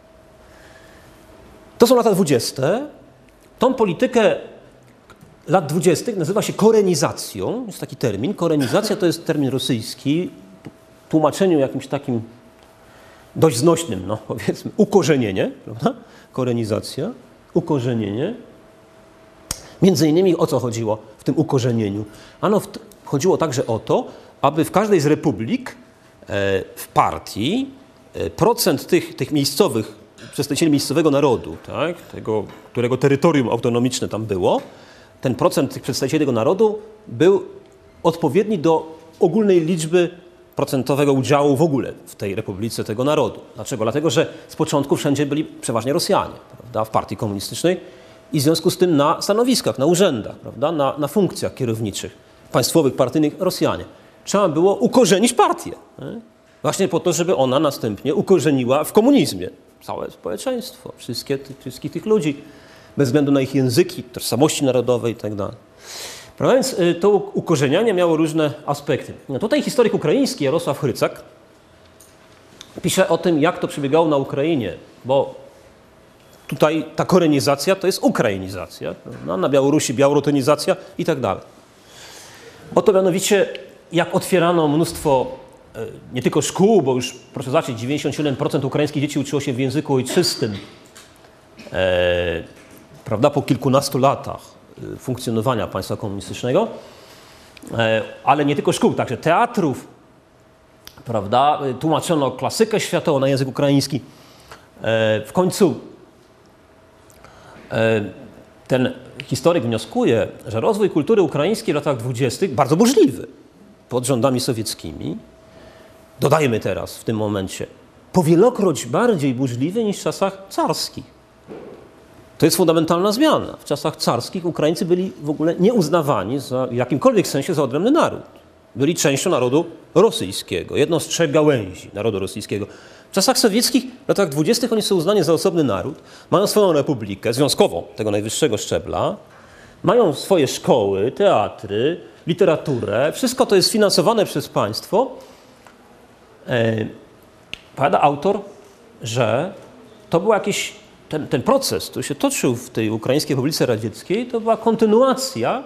To są lata 20. Tą politykę lat 20. nazywa się korenizacją. Jest taki termin. Korenizacja to jest termin rosyjski. W tłumaczeniu jakimś takim dość znośnym, no powiedzmy, ukorzenienie, prawda? Korenizacja, ukorzenienie. Między innymi o co chodziło w tym ukorzenieniu? Ano chodziło także o to, aby w każdej z republik w partii procent tych miejscowych przedstawicieli miejscowego narodu, tak, tego, którego terytorium autonomiczne tam było, ten procent tych przedstawicieli tego narodu był odpowiedni do ogólnej liczby procentowego udziału w ogóle w tej republice tego narodu. Dlaczego? Dlatego, że z początku wszędzie byli przeważnie Rosjanie, prawda, w partii komunistycznej i w związku z tym na stanowiskach, na urzędach, prawda, na funkcjach kierowniczych, państwowych, partyjnych Rosjanie. Trzeba było ukorzenić partię. Nie? Właśnie po to, żeby ona następnie ukorzeniła w komunizmie całe społeczeństwo, wszystkich tych ludzi, bez względu na ich języki, tożsamości narodowe i tak dalej. Prawda? Więc to ukorzenianie miało różne aspekty. No tutaj historyk ukraiński Jarosław Hrycak pisze o tym, jak to przebiegało na Ukrainie, bo tutaj ta korenizacja to jest ukrainizacja, prawda? Na Białorusi białorotenizacja i tak dalej. Oto mianowicie, jak otwierano mnóstwo nie tylko szkół, bo już proszę zobaczyć, 97% ukraińskich dzieci uczyło się w języku ojczystym, prawda, po kilkunastu latach funkcjonowania państwa komunistycznego, ale nie tylko szkół, także teatrów, prawda, tłumaczono klasykę światową na język ukraiński. W końcu ten historyk wnioskuje, że rozwój kultury ukraińskiej w latach 20. bardzo burzliwy pod rządami sowieckimi, dodajmy teraz w tym momencie, powielokroć bardziej burzliwy niż w czasach carskich. To jest fundamentalna zmiana. W czasach carskich Ukraińcy byli w ogóle nieuznawani w jakimkolwiek sensie za odrębny naród. Byli częścią narodu rosyjskiego, jedną z 3 gałęzi narodu rosyjskiego. W czasach sowieckich, w latach 20. oni są uznani za osobny naród, mają swoją republikę związkową tego najwyższego szczebla, mają swoje szkoły, teatry, literaturę. Wszystko to jest finansowane przez państwo. Powiada autor, że to był jakiś, ten proces, który się toczył w tej Ukraińskiej Republice Radzieckiej, to była kontynuacja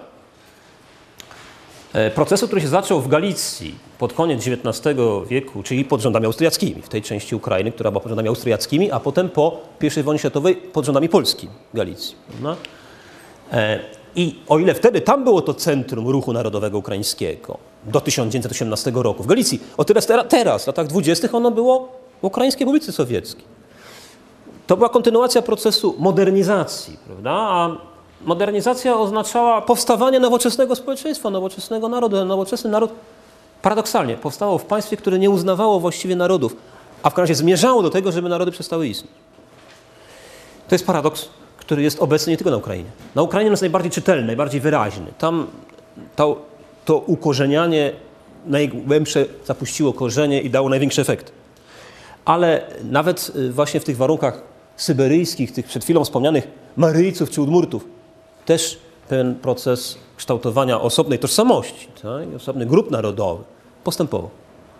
procesu, który się zaczął w Galicji pod koniec XIX wieku, czyli pod rządami austriackimi, w tej części Ukrainy, która była pod rządami austriackimi, a potem po I wojnie światowej pod rządami polskimi Galicji. Prawda? I o ile wtedy tam było to centrum ruchu narodowego ukraińskiego do 1918 roku w Galicji, o tyle teraz, w latach 20. ono było w Ukraińskiej Republice Sowieckiej. To była kontynuacja procesu modernizacji, prawda? A modernizacja oznaczała powstawanie nowoczesnego społeczeństwa, nowoczesnego narodu. Nowoczesny naród paradoksalnie powstało w państwie, które nie uznawało właściwie narodów, a w każdym razie zmierzało do tego, żeby narody przestały istnieć. To jest paradoks, który jest obecny nie tylko na Ukrainie. Na Ukrainie on jest najbardziej czytelny, najbardziej wyraźny. Tam to ukorzenianie najgłębsze zapuściło korzenie i dało największy efekt. Ale nawet właśnie w tych warunkach syberyjskich, tych przed chwilą wspomnianych Maryjców czy Udmurtów, też ten proces kształtowania osobnej tożsamości, tak? Osobnych grup narodowych postępował.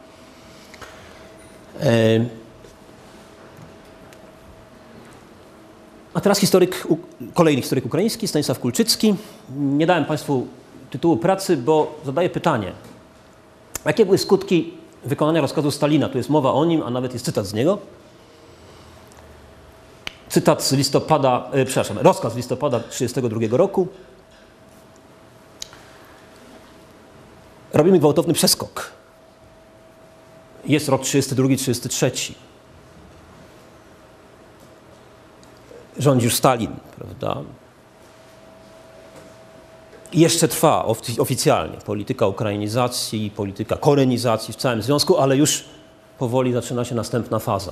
A teraz kolejny historyk ukraiński, Stanisław Kulczycki. Nie dałem Państwu tytułu pracy, bo zadaję pytanie. Jakie były skutki wykonania rozkazu Stalina? Tu jest mowa o nim, a nawet jest cytat z niego. Cytat z listopada, rozkaz z listopada 1932 roku. Robimy gwałtowny przeskok. Jest rok 1932-1933. Rządzi już Stalin, prawda? I jeszcze trwa oficjalnie polityka ukrainizacji i polityka korenizacji w całym związku, ale już powoli zaczyna się następna faza.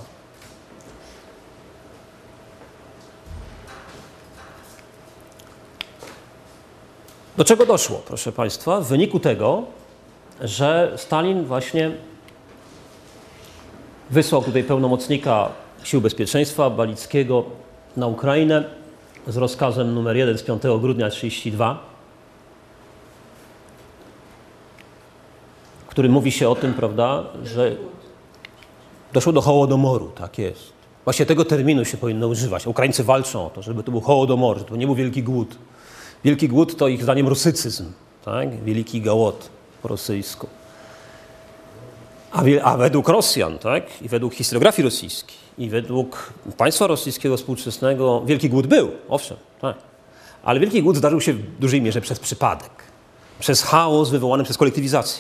Do czego doszło, proszę Państwa? W wyniku tego, że Stalin właśnie wysłał tutaj pełnomocnika Sił Bezpieczeństwa Balickiego na Ukrainę z rozkazem numer 1 z 5 grudnia 1932, w którym mówi się o tym, prawda, że doszło do Hołodomoru, tak jest. Właśnie tego terminu się powinno używać. Ukraińcy walczą o to, żeby to był Hołodomor, żeby to nie był Wielki Głód. Wielki Głód to ich zdaniem rusycyzm, tak? Wielki Gołod po rosyjsku. A według Rosjan, tak? I według historiografii rosyjskiej, i według państwa rosyjskiego współczesnego Wielki Głód był, owszem, tak. Ale Wielki Głód zdarzył się w dużej mierze przez przypadek, przez chaos wywołany przez kolektywizację.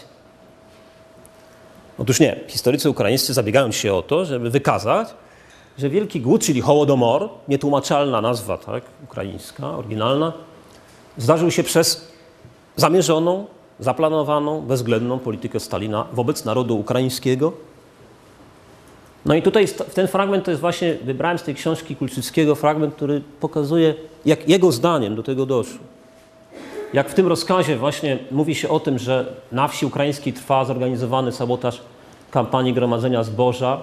Otóż nie, historycy ukraińscy zabiegają się o to, żeby wykazać, że Wielki Głód, czyli Hołodomor, nietłumaczalna nazwa, tak, ukraińska, oryginalna, zdarzył się przez zamierzoną, zaplanowaną, bezwzględną politykę Stalina wobec narodu ukraińskiego. No i tutaj ten fragment to jest właśnie, wybrałem z tej książki Kulczyckiego fragment, który pokazuje, jak jego zdaniem do tego doszło. Jak w tym rozkazie właśnie mówi się o tym, że na wsi ukraińskiej trwa zorganizowany sabotaż kampanii gromadzenia zboża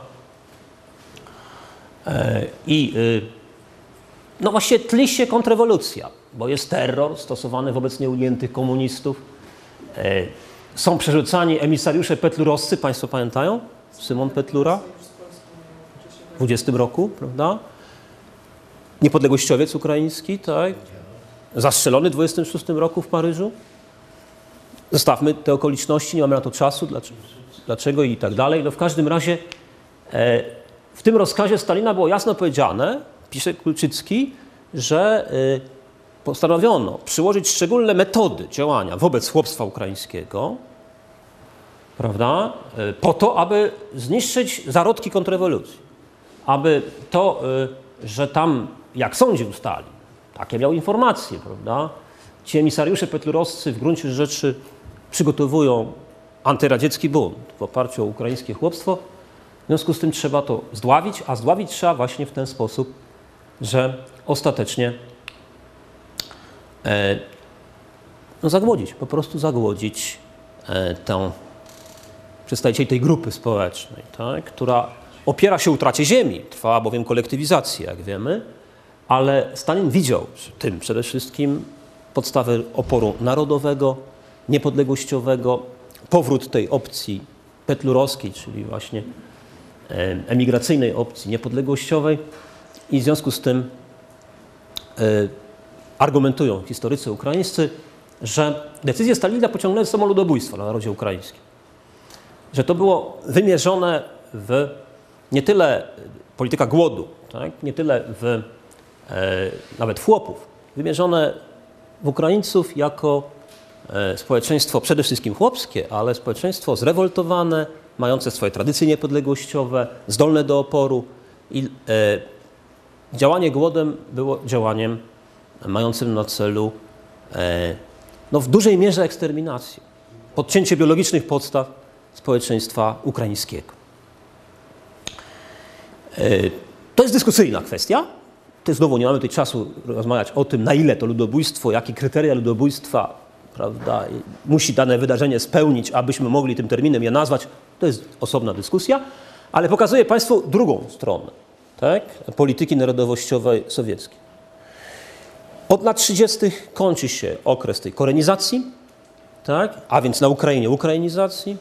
no właśnie tli się kontrrewolucja, bo jest terror stosowany wobec nieujętych komunistów. Są przerzucani emisariusze petlurowscy, Państwo pamiętają? Szymon Petlura w 20 roku, prawda? Niepodległościowiec ukraiński, tak? Zastrzelony w 26 roku w Paryżu. Zostawmy te okoliczności, nie mamy na to czasu, dlaczego i tak dalej. No w każdym razie w tym rozkazie Stalina było jasno powiedziane, pisze Kulczycki, że postanowiono przyłożyć szczególne metody działania wobec chłopstwa ukraińskiego, prawda, po to, aby zniszczyć zarodki kontrrewolucji. Aby to, że tam, jak sądził Stalin, takie miał informacje, prawda, ci emisariusze petlurowscy w gruncie rzeczy przygotowują antyradziecki bunt w oparciu o ukraińskie chłopstwo. W związku z tym trzeba to zdławić, a zdławić trzeba właśnie w ten sposób, że ostatecznie zagłodzić, po prostu zagłodzić przedstawicieli tej grupy społecznej, tak, która opiera się utracie ziemi, trwała bowiem kolektywizacja, jak wiemy, ale Stalin widział w tym przede wszystkim podstawę oporu narodowego, niepodległościowego, powrót tej opcji petlurowskiej, czyli właśnie emigracyjnej opcji niepodległościowej i w związku z tym argumentują historycy ukraińscy, że decyzje Stalina pociągnęły za sobą ludobójstwo na narodzie ukraińskim. Że to było wymierzone w nie tyle polityka głodu, tak? Nie tyle w nawet w chłopów, wymierzone w Ukraińców jako społeczeństwo przede wszystkim chłopskie, ale społeczeństwo zrewoltowane, mające swoje tradycje niepodległościowe, zdolne do oporu i działanie głodem było działaniem mającym na celu w dużej mierze eksterminację, podcięcie biologicznych podstaw społeczeństwa ukraińskiego. To jest dyskusyjna kwestia. Znowu nie mamy tutaj czasu rozmawiać o tym, na ile to ludobójstwo, jakie kryteria ludobójstwa, prawda, musi dane wydarzenie spełnić, abyśmy mogli tym terminem je nazwać. To jest osobna dyskusja, ale pokazuję Państwu drugą stronę, tak, polityki narodowościowej sowieckiej. Od lat 30. kończy się okres tej korenizacji, tak, a więc na Ukrainie ukrainizacji.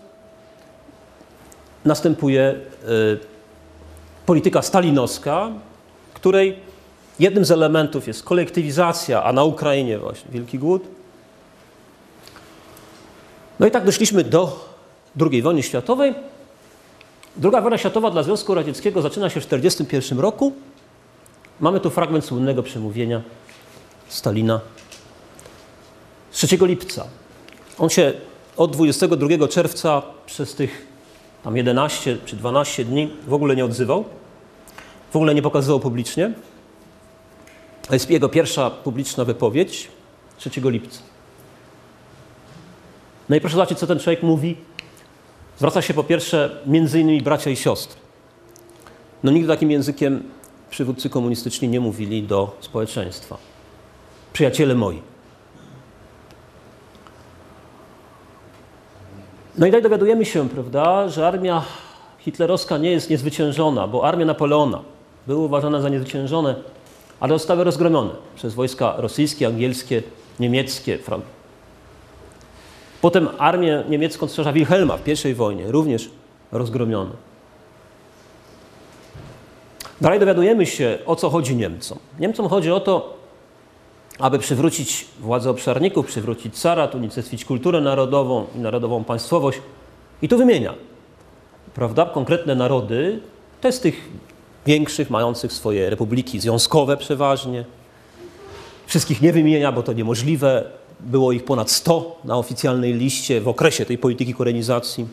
Następuje polityka stalinowska, której jednym z elementów jest kolektywizacja, a na Ukrainie właśnie wielki głód. No i tak doszliśmy do II wojny światowej. Druga wojna światowa dla Związku Radzieckiego zaczyna się w 1941 roku. Mamy tu fragment słynnego przemówienia Stalina z 3 lipca. On się od 22 czerwca przez tych tam 11 czy 12 dni w ogóle nie odzywał, w ogóle nie pokazywał publicznie. To jest jego pierwsza publiczna wypowiedź 3 lipca. No i proszę zobaczyć, co ten człowiek mówi. Zwraca się po pierwsze między innymi bracia i siostry. No nigdy takim językiem przywódcy komunistyczni nie mówili do społeczeństwa. Przyjaciele moi. No i tutaj dowiadujemy się, prawda, że armia hitlerowska nie jest niezwyciężona, bo armie Napoleona były uważane za niezwyciężone, ale zostały rozgromione przez wojska rosyjskie, angielskie, niemieckie. Potem armię niemiecką cesarza Wilhelma w I wojnie również rozgromione. Dalej dowiadujemy się, o co chodzi Niemcom. Niemcom chodzi o to, aby przywrócić władzę obszarników, przywrócić carat, unicestwić kulturę narodową i narodową państwowość. I tu wymienia, prawda, konkretne narody, te z tych większych, mających swoje republiki związkowe przeważnie. Wszystkich nie wymienia, bo to niemożliwe. Było ich ponad 100 na oficjalnej liście w okresie tej polityki korenizacji.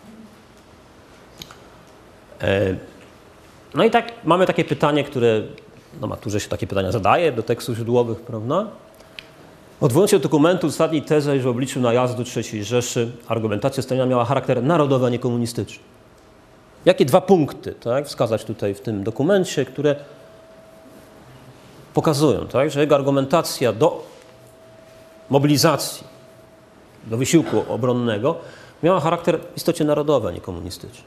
No i tak mamy takie pytanie, które na maturze się takie pytania zadaje do tekstów źródłowych, prawda? Odwołując się do dokumentu, uzasadnij tezę, że w obliczu najazdu III Rzeszy argumentacja Stalina miała charakter narodowy, a nie komunistyczny. Jakie 2 punkty, tak, wskazać tutaj w tym dokumencie, które pokazują, tak, że jego argumentacja do mobilizacji, do wysiłku obronnego miała charakter w istocie narodowy, a nie komunistyczny.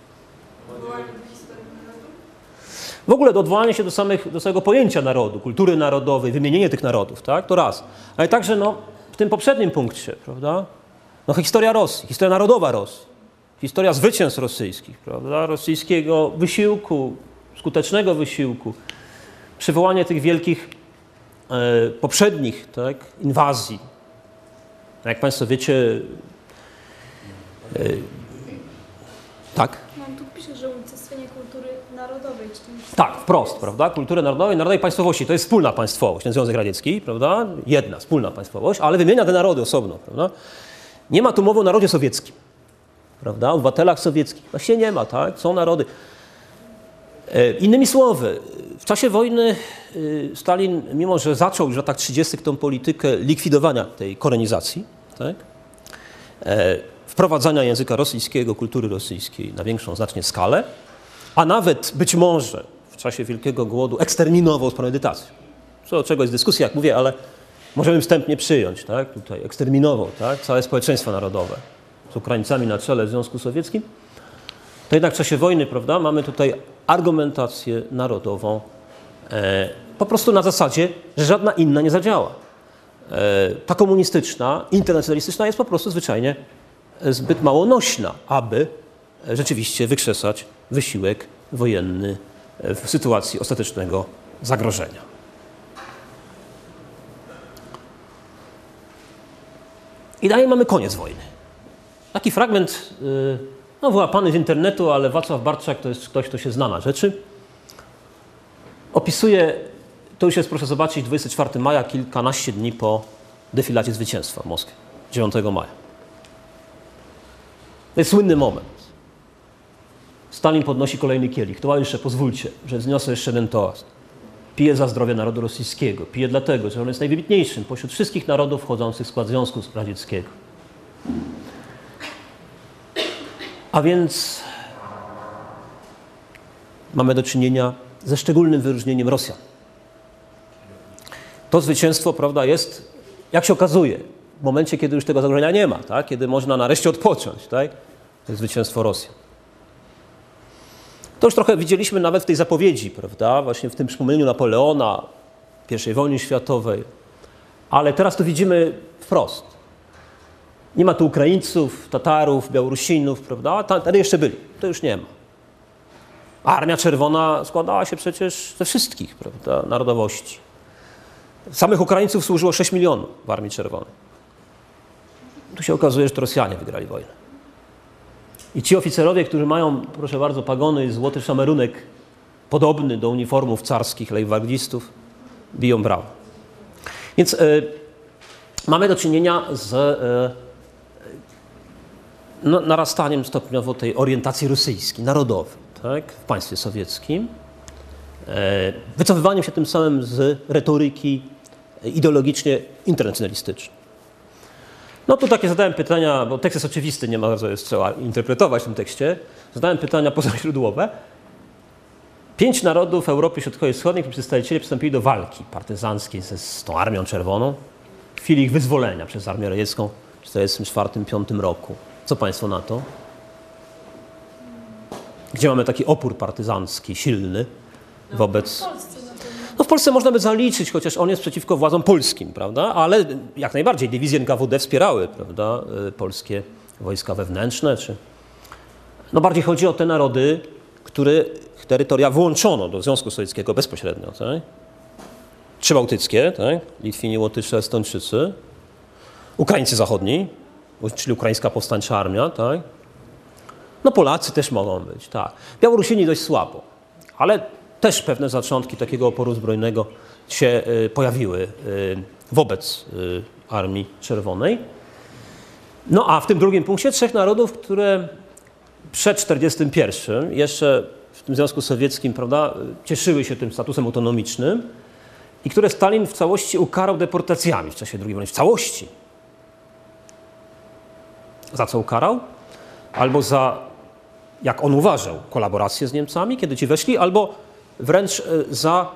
W ogóle do odwołania się do samego pojęcia narodu, kultury narodowej, wymienienie tych narodów, tak, to raz. Ale także w tym poprzednim punkcie, prawda, historia Rosji, historia narodowa Rosji, historia zwycięstw rosyjskich, prawda, rosyjskiego wysiłku, skutecznego wysiłku, przywołanie tych wielkich poprzednich, tak, inwazji. Jak Państwo wiecie, tak? Mam tu pisze, że unicestwienie kultury narodowej. Tak, wprost, prawda? Kultury narodowej, narodowej państwowości. To jest wspólna państwowość, ten Związek Radziecki, prawda? Jedna wspólna państwowość, ale wymienia te narody osobno, prawda? Nie ma tu mowy o narodzie sowieckim, prawda? O obywatelach sowieckich. Właśnie nie ma, tak? Są narody. Innymi słowy, w czasie wojny Stalin, mimo że zaczął już w latach 30. tą politykę likwidowania tej korenizacji, tak? Wprowadzania języka rosyjskiego, kultury rosyjskiej na większą znacznie skalę, a nawet być może w czasie Wielkiego Głodu eksterminował z premedytacją. Co do czego jest dyskusja, jak mówię, ale możemy wstępnie przyjąć, tak? Tutaj eksterminował, tak? Całe społeczeństwo narodowe z Ukraińcami na czele w Związku Sowieckim. To jednak w czasie wojny, prawda, mamy tutaj argumentację narodową po prostu na zasadzie, że żadna inna nie zadziała. Ta komunistyczna, internacjonalistyczna jest po prostu zwyczajnie zbyt mało nośna, aby rzeczywiście wykrzesać wysiłek wojenny w sytuacji ostatecznego zagrożenia. I dalej mamy koniec wojny. Taki fragment, no wyłapany z internetu, ale Wacław Bartczak to jest ktoś, kto się zna na rzeczy. Opisuje, to już jest, proszę zobaczyć, 24 maja, kilkanaście dni po defilacie zwycięstwa w Moskwie, 9 maja. To jest słynny moment. Stalin podnosi kolejny kielich. Towarzysze, pozwólcie, że wzniosę jeszcze jeden toast. Piję za zdrowie narodu rosyjskiego. Piję dlatego, że on jest najwybitniejszym pośród wszystkich narodów wchodzących w skład Związku Radzieckiego. A więc mamy do czynienia ze szczególnym wyróżnieniem Rosjan. To zwycięstwo, prawda, jest, jak się okazuje, w momencie, kiedy już tego zagrożenia nie ma, tak? Kiedy można nareszcie odpocząć, tak? To jest zwycięstwo Rosjan. To już trochę widzieliśmy nawet w tej zapowiedzi, prawda? Właśnie w tym przypomnieniu Napoleona, I wojny światowej. Ale teraz to widzimy wprost. Nie ma tu Ukraińców, Tatarów, Białorusinów, prawda? Tam jeszcze byli. To już nie ma. Armia Czerwona składała się przecież ze wszystkich, prawda, narodowości. Samych Ukraińców służyło 6 milionów w Armii Czerwonej. Tu się okazuje, że to Rosjanie wygrali wojnę. I ci oficerowie, którzy mają, proszę bardzo, pagony i złoty szamerunek podobny do uniformów carskich lejwardistów, biją brawo. Więc mamy do czynienia z narastaniem stopniowo tej orientacji rosyjskiej, narodowej, tak, w państwie sowieckim. Wycofywaniem się tym samym z retoryki ideologicznie internacjonalistycznej. No tu takie zadałem pytania, bo tekst jest oczywisty, nie ma co jest trzeba interpretować w tym tekście. Zadałem pytania pozaźródłowe. 5 narodów Europy Środkowej i Wschodniej, których przedstawiciele przystąpili do walki partyzanckiej z tą Armią Czerwoną w chwili ich wyzwolenia przez Armię Radziecką w 1944-1945 roku. Co Państwo na to? Gdzie mamy taki opór partyzancki silny wobec... No w Polsce można by zaliczyć, chociaż on jest przeciwko władzom polskim, prawda? Ale jak najbardziej dywizje NKWD wspierały, prawda, polskie wojska wewnętrzne. No bardziej chodzi o te narody, których terytoria włączono do Związku Sowieckiego bezpośrednio. Tak? 3 bałtyckie, tak? Litwini, Łotysze, Estończycy. Ukraińcy zachodni, czyli Ukraińska Powstańcza Armia. Tak? No Polacy też mogą być. Tak. Białorusini dość słabo, ale też pewne zaczątki takiego oporu zbrojnego się pojawiły wobec Armii Czerwonej. No a w tym drugim punkcie 3 narodów, które przed 1941 jeszcze w tym Związku Sowieckim, prawda, cieszyły się tym statusem autonomicznym i które Stalin w całości ukarał deportacjami w czasie II wojny. W całości. Za co ukarał? Albo za, jak on uważał, kolaborację z Niemcami, kiedy ci weszli, albo wręcz za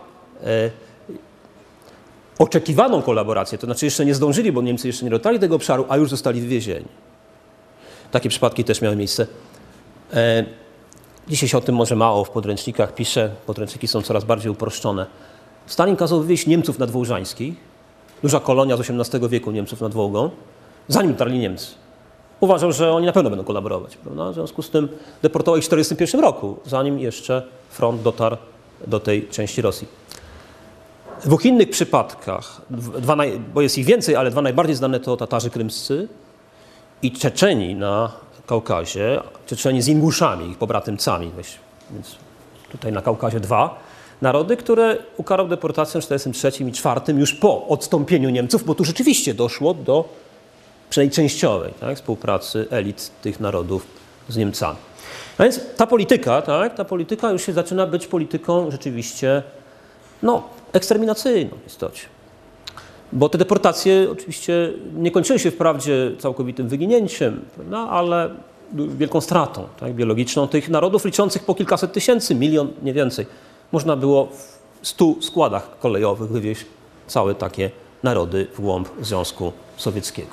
oczekiwaną kolaborację, to znaczy jeszcze nie zdążyli, bo Niemcy jeszcze nie dotarli do tego obszaru, a już zostali wywiezieni. Takie przypadki też miały miejsce. Dzisiaj się o tym może mało w podręcznikach pisze, podręczniki są coraz bardziej uproszczone. Stalin kazał wywieźć Niemców nadwołżańskich, duża kolonia z XVIII wieku Niemców nad Wołgą, zanim dotarli Niemcy. Uważał, że oni na pewno będą kolaborować, prawda? W związku z tym deportował ich w 1941 roku, zanim jeszcze front dotarł do tej części Rosji. W 2 innych przypadkach, bo jest ich więcej, ale 2 najbardziej znane to Tatarzy krymscy i Czeczeni na Kaukazie, Czeczeni z Inguszami, ich pobratymcami. Więc tutaj na Kaukazie 2 narody, które ukarał deportacją w 1943 i 1944 już po odstąpieniu Niemców, bo tu rzeczywiście doszło do przynajmniej częściowej, tak, współpracy elit tych narodów z Niemcami. A więc ta polityka, tak, ta polityka już się zaczyna być polityką rzeczywiście eksterminacyjną w istocie. Bo te deportacje oczywiście nie kończyły się wprawdzie całkowitym wyginięciem, prawda, ale wielką stratą, tak, biologiczną tych narodów liczących po kilkaset tysięcy, milion, nie więcej, można było w 100 składach kolejowych wywieźć całe takie narody w głąb Związku Sowieckiego.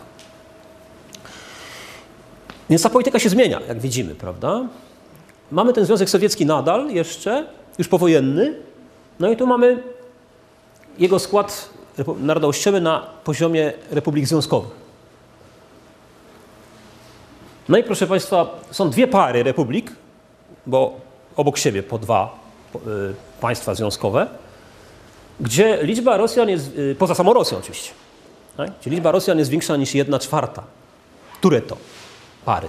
Więc ta polityka się zmienia, jak widzimy, prawda? Mamy ten Związek Sowiecki nadal jeszcze, już powojenny, no i tu mamy jego skład narodowościowy na poziomie republik związkowych. No i proszę Państwa, są dwie pary republik, bo obok siebie po dwa państwa związkowe, gdzie liczba Rosjan jest, poza samą Rosją oczywiście, tak? Gdzie liczba Rosjan jest większa niż 1/4. Które to pary?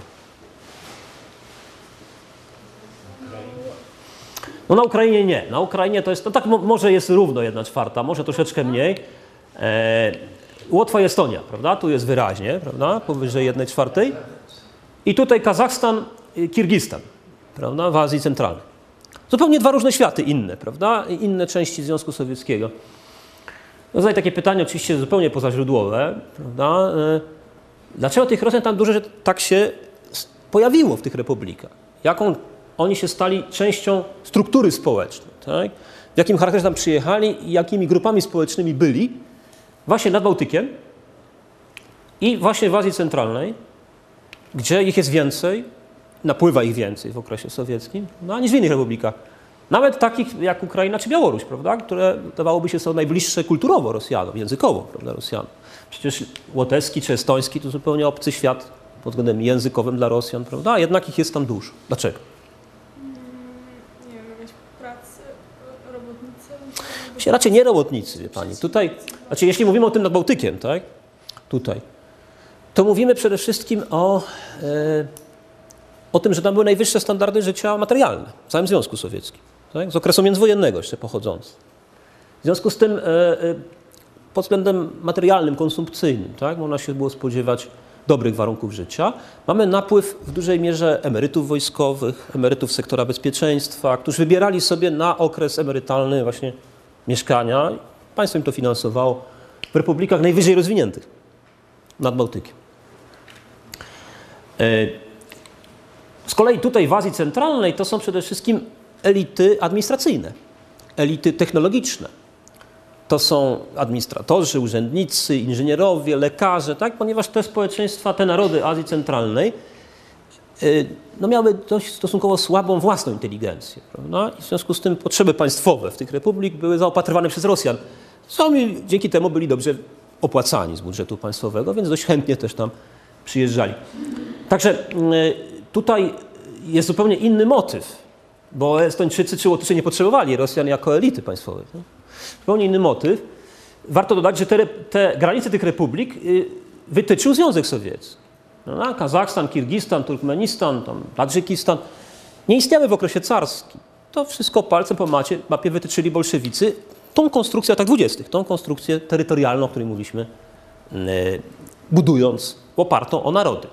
No na Ukrainie nie. Na Ukrainie to jest, no tak może jest równo 1/4, może troszeczkę mniej. Łotwa i Estonia, prawda? Tu jest wyraźnie, prawda? Powyżej 1/4. I tutaj Kazachstan, Kirgistan, prawda? W Azji Centralnej. Zupełnie dwa różne światy, inne, prawda? Inne części Związku Sowieckiego. No tutaj takie pytanie oczywiście zupełnie pozaźródłowe, prawda? Dlaczego tych Rosjan tam dużo, że tak się pojawiło w tych republikach? Jaką oni się stali częścią struktury społecznej, tak? W jakim charakterze tam przyjechali i jakimi grupami społecznymi byli właśnie nad Bałtykiem i właśnie w Azji Centralnej, gdzie ich jest więcej, napływa ich więcej w okresie sowieckim, no, niż w innych republikach. Nawet takich jak Ukraina czy Białoruś, prawda? Które wydawałoby się są najbliższe kulturowo Rosjanom, językowo, prawda, Rosjanom. Przecież łotewski czy estoński to zupełnie obcy świat pod względem językowym dla Rosjan, prawda? A jednak ich jest tam dużo. Dlaczego? Nie wiem, jakaś pracy, robotnicy? Raczej nie robotnicy, wie pani. Tutaj, znaczy jeśli mówimy o tym nad Bałtykiem, tak? Tutaj. To mówimy przede wszystkim o tym, że tam były najwyższe standardy życia materialne w całym Związku Sowieckim, tak? Z okresu międzywojennego jeszcze pochodzące. W związku z tym pod względem materialnym, konsumpcyjnym, tak? Można się było spodziewać dobrych warunków życia. Mamy napływ w dużej mierze emerytów wojskowych, emerytów sektora bezpieczeństwa, którzy wybierali sobie na okres emerytalny właśnie mieszkania. Państwo im to finansowało w republikach najwyżej rozwiniętych nad Bałtykiem. Z kolei tutaj w Azji Centralnej to są przede wszystkim elity administracyjne, elity technologiczne. To są administratorzy, urzędnicy, inżynierowie, lekarze, tak? Ponieważ te społeczeństwa, te narody Azji Centralnej no miały dość stosunkowo słabą własną inteligencję, prawda? I w związku z tym potrzeby państwowe w tych republik były zaopatrywane przez Rosjan. Sami dzięki temu byli dobrze opłacani z budżetu państwowego, więc dość chętnie też tam przyjeżdżali. Także tutaj jest zupełnie inny motyw, bo Estończycy czy Łotysze nie potrzebowali Rosjan jako elity państwowej. Tak? Zupełnie inny motyw. Warto dodać, że te granice tych republik wytyczył Związek Sowiecki. No, Kazachstan, Kirgistan, Turkmenistan, Tadżykistan nie istniały w okresie carskim. To wszystko palcem po mapie wytyczyli bolszewicy. Tą konstrukcję w latach 20., tą konstrukcję terytorialną, o której mówiliśmy, budując, opartą o narody.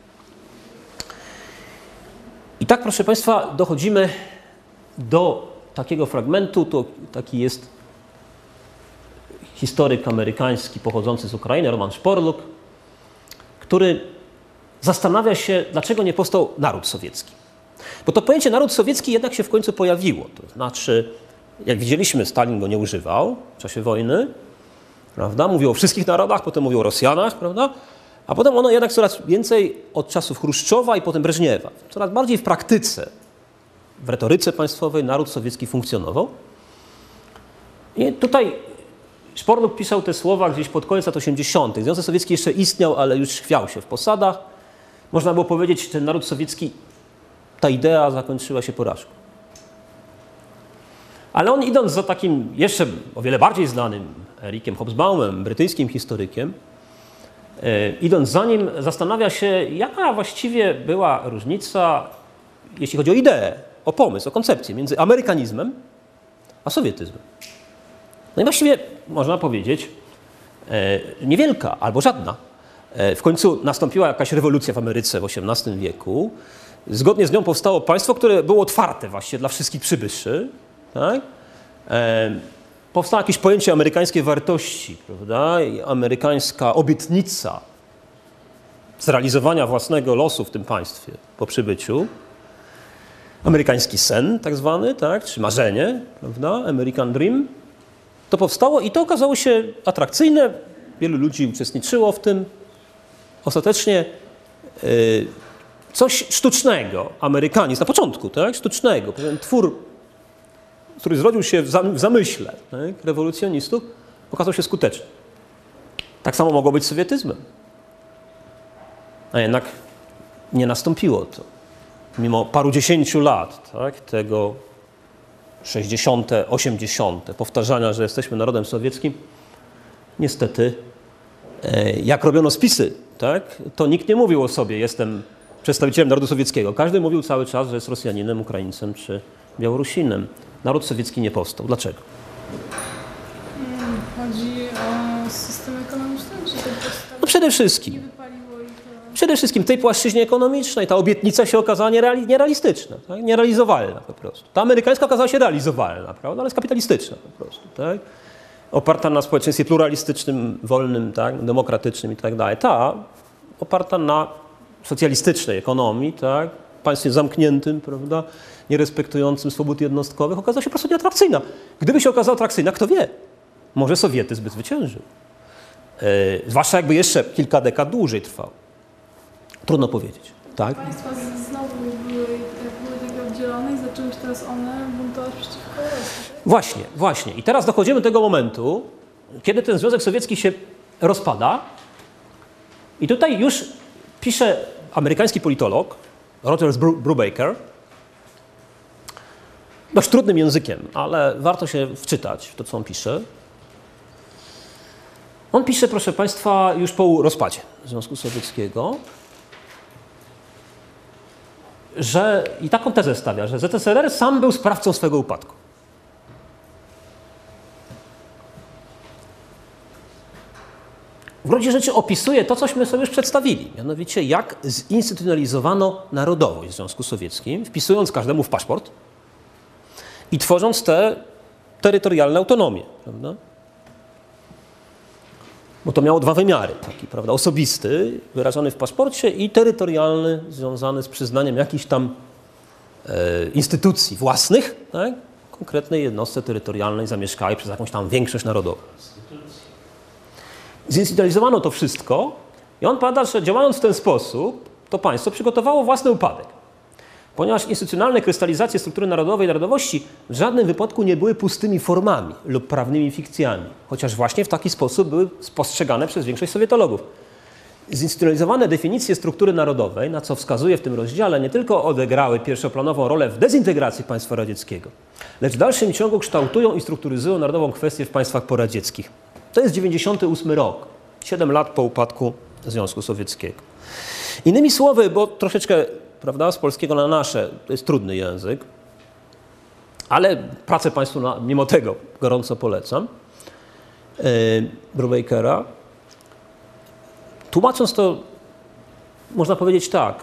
I tak, proszę Państwa, dochodzimy do takiego fragmentu, to taki jest historyk amerykański pochodzący z Ukrainy, Roman Szporluk, który zastanawia się, dlaczego nie powstał naród sowiecki. Bo to pojęcie naród sowiecki jednak się w końcu pojawiło. To znaczy, jak widzieliśmy, Stalin go nie używał w czasie wojny, prawda? Mówił o wszystkich narodach, potem mówił o Rosjanach, prawda? A potem ono jednak coraz więcej od czasów Chruszczowa i potem Breżniewa. Coraz bardziej w praktyce, w retoryce państwowej naród sowiecki funkcjonował. I tutaj Szporluk pisał te słowa gdzieś pod koniec lat 80. Związek Sowiecki jeszcze istniał, ale już chwiał się w posadach. Można było powiedzieć, że ten naród sowiecki, ta idea zakończyła się porażką. Ale on, idąc za takim jeszcze o wiele bardziej znanym Ericiem Hobsbawmem, brytyjskim historykiem, idąc za nim, zastanawia się, jaka właściwie była różnica, jeśli chodzi o ideę, o pomysł, o koncepcję między amerykanizmem a sowietyzmem. No i właściwie można powiedzieć niewielka albo żadna. W końcu nastąpiła jakaś rewolucja w Ameryce w XVIII wieku. Zgodnie z nią powstało państwo, które było otwarte właściwie dla wszystkich przybyszy. Tak? Powstało jakieś pojęcie amerykańskiej wartości, prawda? I amerykańska obietnica zrealizowania własnego losu w tym państwie po przybyciu. amerykański sen tak zwany, tak, czy marzenie, prawda, American Dream, to powstało i to okazało się atrakcyjne, wielu ludzi uczestniczyło w tym. Ostatecznie coś sztucznego, amerykanizm na początku, tak, sztucznego, pewien twór, który zrodził się w zamyśle, tak, rewolucjonistów, okazał się skuteczny. Tak samo mogło być z sowietyzmem. A jednak nie nastąpiło to. Mimo parudziesięciu lat, tak, tego 60., 80., powtarzania, że jesteśmy narodem sowieckim, niestety, jak robiono spisy, tak, to nikt nie mówił o sobie, jestem przedstawicielem narodu sowieckiego. Każdy mówił cały czas, że jest Rosjaninem, Ukraińcem czy Białorusinem. Naród sowiecki nie powstał. Dlaczego? Chodzi o system ekonomiczny, czy to po prostu No przede wszystkim. nie wypaliło i to... Przede wszystkim w tej płaszczyźnie ekonomicznej ta obietnica się okazała nierealistyczna, tak? Nierealizowalna po prostu. Ta amerykańska okazała się realizowalna, prawda? Ale jest kapitalistyczna po prostu, tak? Oparta na społeczeństwie pluralistycznym, wolnym, tak? Demokratycznym i tak dalej. Ta oparta na socjalistycznej ekonomii, tak? Państwie zamkniętym, prawda? Nierespektującym swobód jednostkowych, okazała się po prostu nieatrakcyjna. Gdyby się okazała atrakcyjna, kto wie? Może sowietyzm by zwyciężył. Zwłaszcza jakby jeszcze kilka dekad dłużej trwał. Trudno powiedzieć, tak? Państwa znowu były takie oddzielone i zaczęły się teraz one buntować przeciwko Rosji. Właśnie. I teraz dochodzimy do tego momentu, kiedy ten Związek Sowiecki się rozpada. I tutaj już pisze amerykański politolog Roger Brubaker, dość trudnym językiem, ale warto się wczytać w to, co on pisze. On pisze, proszę Państwa, już po rozpadzie Związku Sowieckiego, i taką tezę stawia, że ZSRR sam był sprawcą swego upadku. W gruncie rzeczy opisuje to, cośmy sobie już przedstawili, mianowicie jak zinstytucjonalizowano narodowość w Związku Sowieckim, wpisując każdemu w paszport i tworząc te terytorialne autonomie, prawda? Bo to miało dwa wymiary, taki, prawda, osobisty, wyrażony w paszporcie i terytorialny, związany z przyznaniem jakichś tam instytucji własnych, tak? Konkretnej jednostce terytorialnej zamieszkałej przez jakąś tam większość narodową. Zinstytucjonalizowano to wszystko i on pada, że działając w ten sposób, to państwo przygotowało własny upadek. Ponieważ instytucjonalne krystalizacje struktury narodowej i narodowości w żadnym wypadku nie były pustymi formami lub prawnymi fikcjami, chociaż właśnie w taki sposób były spostrzegane przez większość sowietologów. Zinstytucjonalizowane definicje struktury narodowej, na co wskazuje w tym rozdziale, nie tylko odegrały pierwszoplanową rolę w dezintegracji państwa radzieckiego, lecz w dalszym ciągu kształtują i strukturyzują narodową kwestię w państwach poradzieckich. To jest 98 rok, 7 lat po upadku Związku Sowieckiego. Innymi słowy, bo troszeczkę, prawda, z polskiego na nasze, to jest trudny język, ale pracę Państwu mimo tego gorąco polecam, Brubakera. Tłumacząc to, można powiedzieć tak,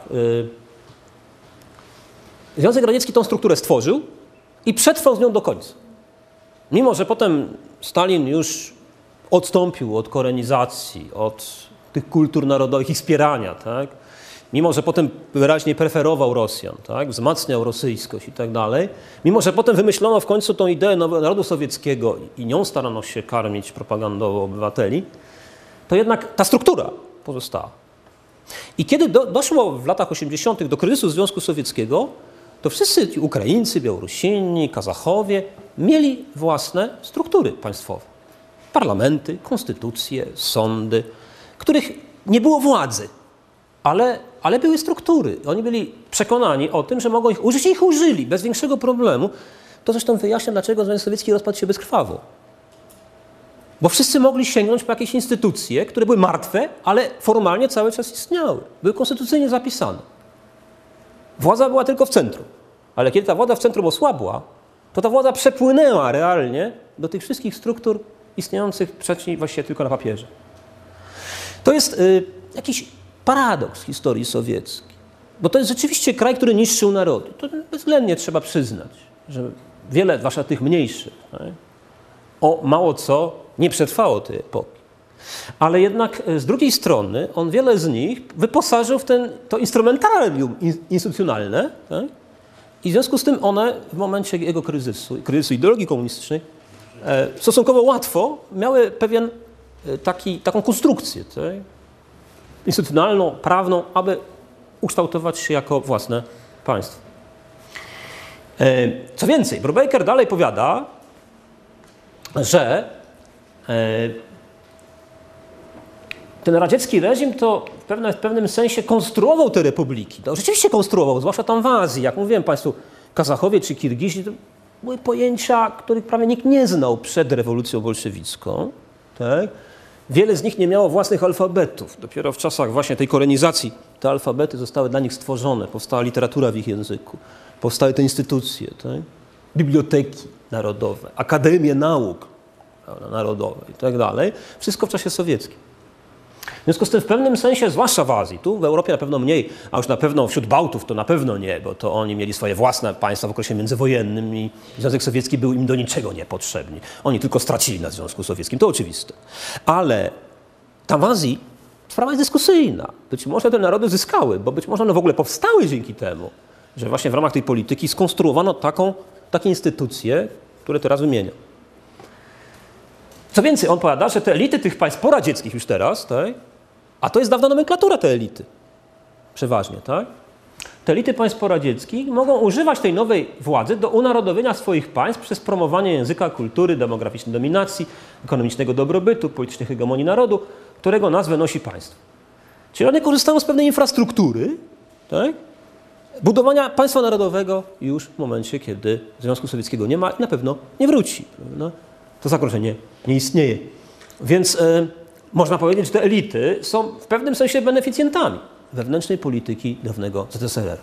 Związek Radziecki tą strukturę stworzył i przetrwał z nią do końca. Mimo że potem Stalin już odstąpił od korenizacji, od tych kultur narodowych, ich wspierania, tak? Mimo że potem wyraźnie preferował Rosjan, tak? Wzmacniał rosyjskość i tak dalej, mimo że potem wymyślono w końcu tą ideę nowego narodu sowieckiego i nią starano się karmić propagandowo obywateli, to jednak ta struktura pozostała. I kiedy doszło w latach 80. do kryzysu Związku Sowieckiego, to wszyscy ci Ukraińcy, Białorusini, Kazachowie mieli własne struktury państwowe. Parlamenty, konstytucje, sądy, których nie było władzy, ale były struktury. Oni byli przekonani o tym, że mogą ich użyć i ich użyli bez większego problemu. To zresztą wyjaśnia, dlaczego Związek Sowiecki rozpadł się bezkrwawo. Bo wszyscy mogli sięgnąć po jakieś instytucje, które były martwe, ale formalnie cały czas istniały. Były konstytucyjnie zapisane. Władza była tylko w centrum. Ale kiedy ta władza w centrum osłabła, to ta władza przepłynęła realnie do tych wszystkich struktur istniejących wcześniej właściwie tylko na papierze. To jest jakiś paradoks historii sowieckiej. Bo to jest rzeczywiście kraj, który niszczył narody. To bezwzględnie trzeba przyznać, że wiele, zwłaszcza tych mniejszych, tak, mało co nie przetrwało tej epoki. Ale jednak z drugiej strony on wiele z nich wyposażył w to instrumentarium instytucjonalne, tak, I w związku z tym one w momencie jego kryzysu ideologii komunistycznej, stosunkowo łatwo miały taką konstrukcję instytucjonalną, prawną, aby ukształtować się jako własne państwo. Co więcej, Brubaker dalej powiada, że ten radziecki reżim to w pewnym sensie konstruował te republiki. To rzeczywiście konstruował, zwłaszcza tam w Azji. Jak mówiłem Państwu, Kazachowie czy Kirgizi to były pojęcia, których prawie nikt nie znał przed rewolucją bolszewicką. Tak? Wiele z nich nie miało własnych alfabetów. Dopiero w czasach właśnie tej korenizacji te alfabety zostały dla nich stworzone. Powstała literatura w ich języku. Powstały te instytucje, tak? Biblioteki narodowe, akademie nauk narodowe i tak dalej. Wszystko w czasie sowieckim. W związku z tym w pewnym sensie, zwłaszcza w Azji, tu w Europie na pewno mniej, a już na pewno wśród Bałtów to na pewno nie, bo to oni mieli swoje własne państwa w okresie międzywojennym i Związek Sowiecki był im do niczego niepotrzebny. Oni tylko stracili na Związku Sowieckim, to oczywiste. Ale tam w Azji sprawa jest dyskusyjna. Być może te narody zyskały, bo być może one w ogóle powstały dzięki temu, że właśnie w ramach tej polityki skonstruowano takie instytucje, które teraz wymieniam. Co więcej, on powiada, że te elity tych państw poradzieckich już teraz, tak, a to jest dawna nomenklatura te elity, przeważnie, tak? Te elity państw poradzieckich mogą używać tej nowej władzy do unarodowienia swoich państw przez promowanie języka, kultury, demograficznej dominacji, ekonomicznego dobrobytu, politycznej hegemonii narodu, którego nazwę nosi państwo. Czyli one korzystają z pewnej infrastruktury, tak? Budowania państwa narodowego już w momencie, kiedy Związku Sowieckiego nie ma i na pewno nie wróci. Prawda? To zagrożenie nie istnieje. Więc można powiedzieć, że te elity są w pewnym sensie beneficjentami wewnętrznej polityki dawnego ZSRR.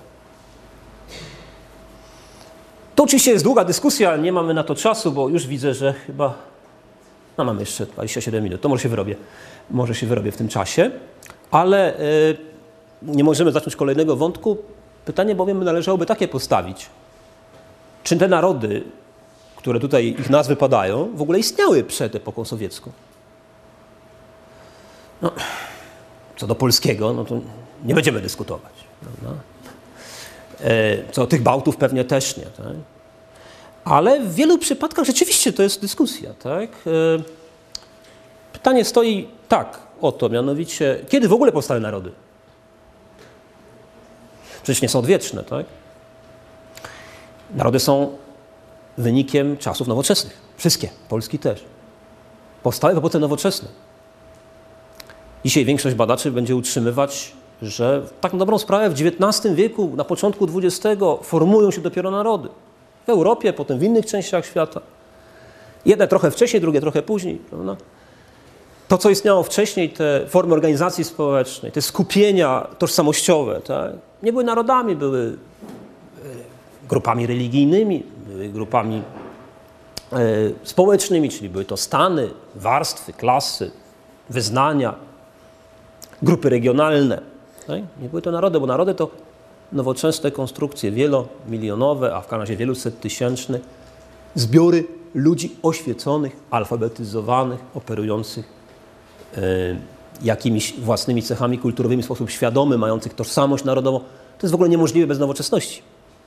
To oczywiście jest długa dyskusja, nie mamy na to czasu, bo już widzę, że chyba mamy jeszcze 27 minut, to może się wyrobię w tym czasie, ale nie możemy zacząć kolejnego wątku. Pytanie bowiem należałoby takie postawić. Czy te narody, które tutaj ich nazwy padają, w ogóle istniały przed epoką sowiecką? No, co do polskiego, no to nie będziemy dyskutować. Prawda? Co do tych Bałtów pewnie też nie. Tak? Ale w wielu przypadkach rzeczywiście to jest dyskusja. Tak? Pytanie stoi tak oto, mianowicie, kiedy w ogóle powstały narody? Przecież nie są odwieczne, tak? Narody są wynikiem czasów nowoczesnych. Wszystkie, Polski też. Powstały w epoce nowoczesnej. Dzisiaj większość badaczy będzie utrzymywać, że w tak dobrą sprawę w XIX wieku, na początku XX formują się dopiero narody. W Europie, potem w innych częściach świata. Jedne trochę wcześniej, drugie trochę później. Prawda? To, co istniało wcześniej, te formy organizacji społecznej, te skupienia tożsamościowe, tak? Nie były narodami, były grupami religijnymi, były grupami społecznymi, czyli były to stany, warstwy, klasy, wyznania, grupy regionalne. Tak? Nie były to narody, bo narody to nowoczesne konstrukcje wielomilionowe, a w każdym razie wielusettysięczne, zbiory ludzi oświeconych, alfabetyzowanych, operujących jakimiś własnymi cechami kulturowymi w sposób świadomy, mających tożsamość narodową. To jest w ogóle niemożliwe bez nowoczesności.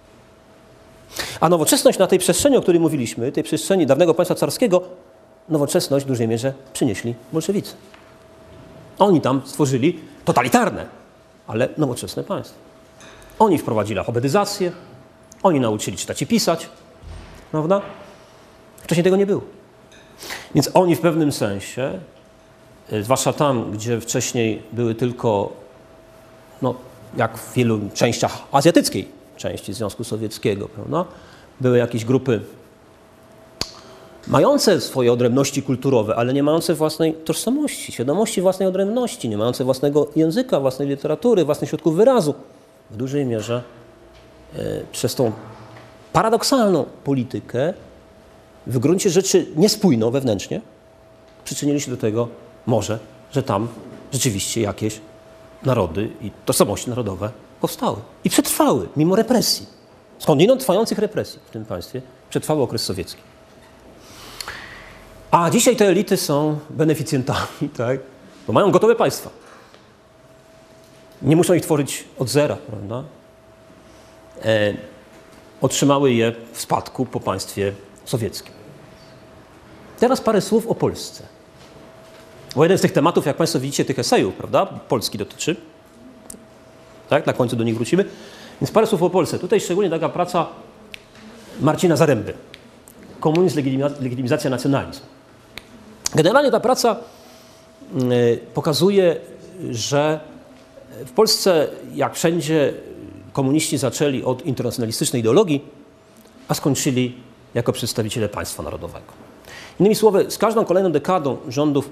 A nowoczesność na tej przestrzeni, o której mówiliśmy, tej przestrzeni dawnego państwa carskiego, nowoczesność w dużej mierze przynieśli bolszewicy. Oni tam stworzyli totalitarne, ale nowoczesne państwo. Oni wprowadzili alfabetyzację, oni nauczyli czytać i pisać, prawda? Wcześniej tego nie było. Więc oni w pewnym sensie, zwłaszcza tam, gdzie wcześniej były tylko, no, jak w wielu częściach azjatyckiej części Związku Sowieckiego, prawda? Były jakieś grupy mające swoje odrębności kulturowe, ale nie mające własnej tożsamości, świadomości własnej odrębności, nie mające własnego języka, własnej literatury, własnych środków wyrazu. W dużej mierze przez tą paradoksalną politykę, w gruncie rzeczy niespójną wewnętrznie, przyczynili się do tego może, że tam rzeczywiście jakieś narody i tożsamości narodowe powstały i przetrwały mimo represji. Skądinąd trwających represji w tym państwie przetrwały okres sowiecki. A dzisiaj te elity są beneficjentami, tak? Bo mają gotowe państwa. Nie muszą ich tworzyć od zera, prawda? otrzymały je w spadku po państwie sowieckim. Teraz parę słów o Polsce. Bo jeden z tych tematów, jak Państwo widzicie, tych esejów, prawda, Polski dotyczy. Tak, na końcu do nich wrócimy. Więc parę słów o Polsce. Tutaj szczególnie taka praca Marcina Zaręby. Komunizm, legitymizacja, nacjonalizm. Generalnie ta praca pokazuje, że w Polsce, jak wszędzie, komuniści zaczęli od internacjonalistycznej ideologii, a skończyli jako przedstawiciele państwa narodowego. Innymi słowy, z każdą kolejną dekadą rządów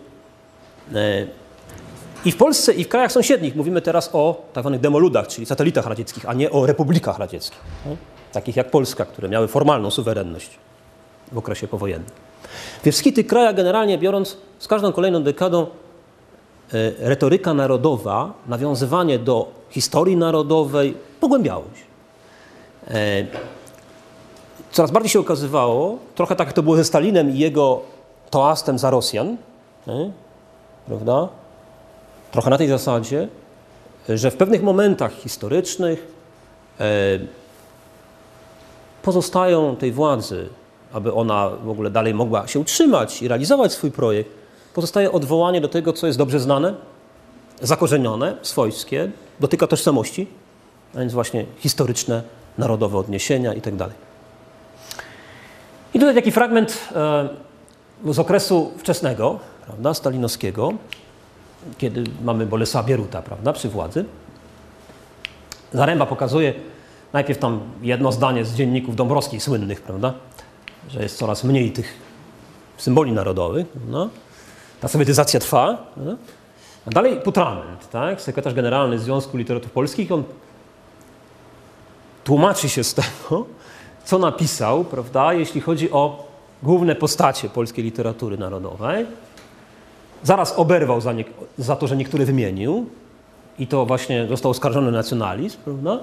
i w Polsce, i w krajach sąsiednich mówimy teraz o tak zwanych demoludach, czyli satelitach radzieckich, a nie o republikach radzieckich, takich jak Polska, które miały formalną suwerenność w okresie powojennym. We wszystkich tych krajach, generalnie biorąc, z każdą kolejną dekadą retoryka narodowa, nawiązywanie do historii narodowej pogłębiało się. Coraz bardziej się okazywało, trochę tak jak to było ze Stalinem i jego toastem za Rosjan, prawda? Trochę na tej zasadzie, że w pewnych momentach historycznych pozostają tej władzy, aby ona w ogóle dalej mogła się utrzymać i realizować swój projekt, pozostaje odwołanie do tego, co jest dobrze znane, zakorzenione, swojskie, dotyka tożsamości, a więc właśnie historyczne, narodowe odniesienia itd. I tutaj taki fragment z okresu wczesnego, prawda, stalinowskiego, kiedy mamy Bolesława Bieruta, prawda, przy władzy. Zaręba pokazuje najpierw tam jedno zdanie z dzienników Dąbrowskich słynnych, prawda, że jest coraz mniej tych symboli narodowych, prawda. Ta sowietyzacja trwa. Prawda. A dalej Putrament, tak, sekretarz generalny Związku Literatur Polskich, on tłumaczy się z tego, co napisał, prawda, jeśli chodzi o główne postacie polskiej literatury narodowej. Zaraz oberwał za to, że niektóre wymienił i to właśnie został oskarżony o nacjonalizm, prawda?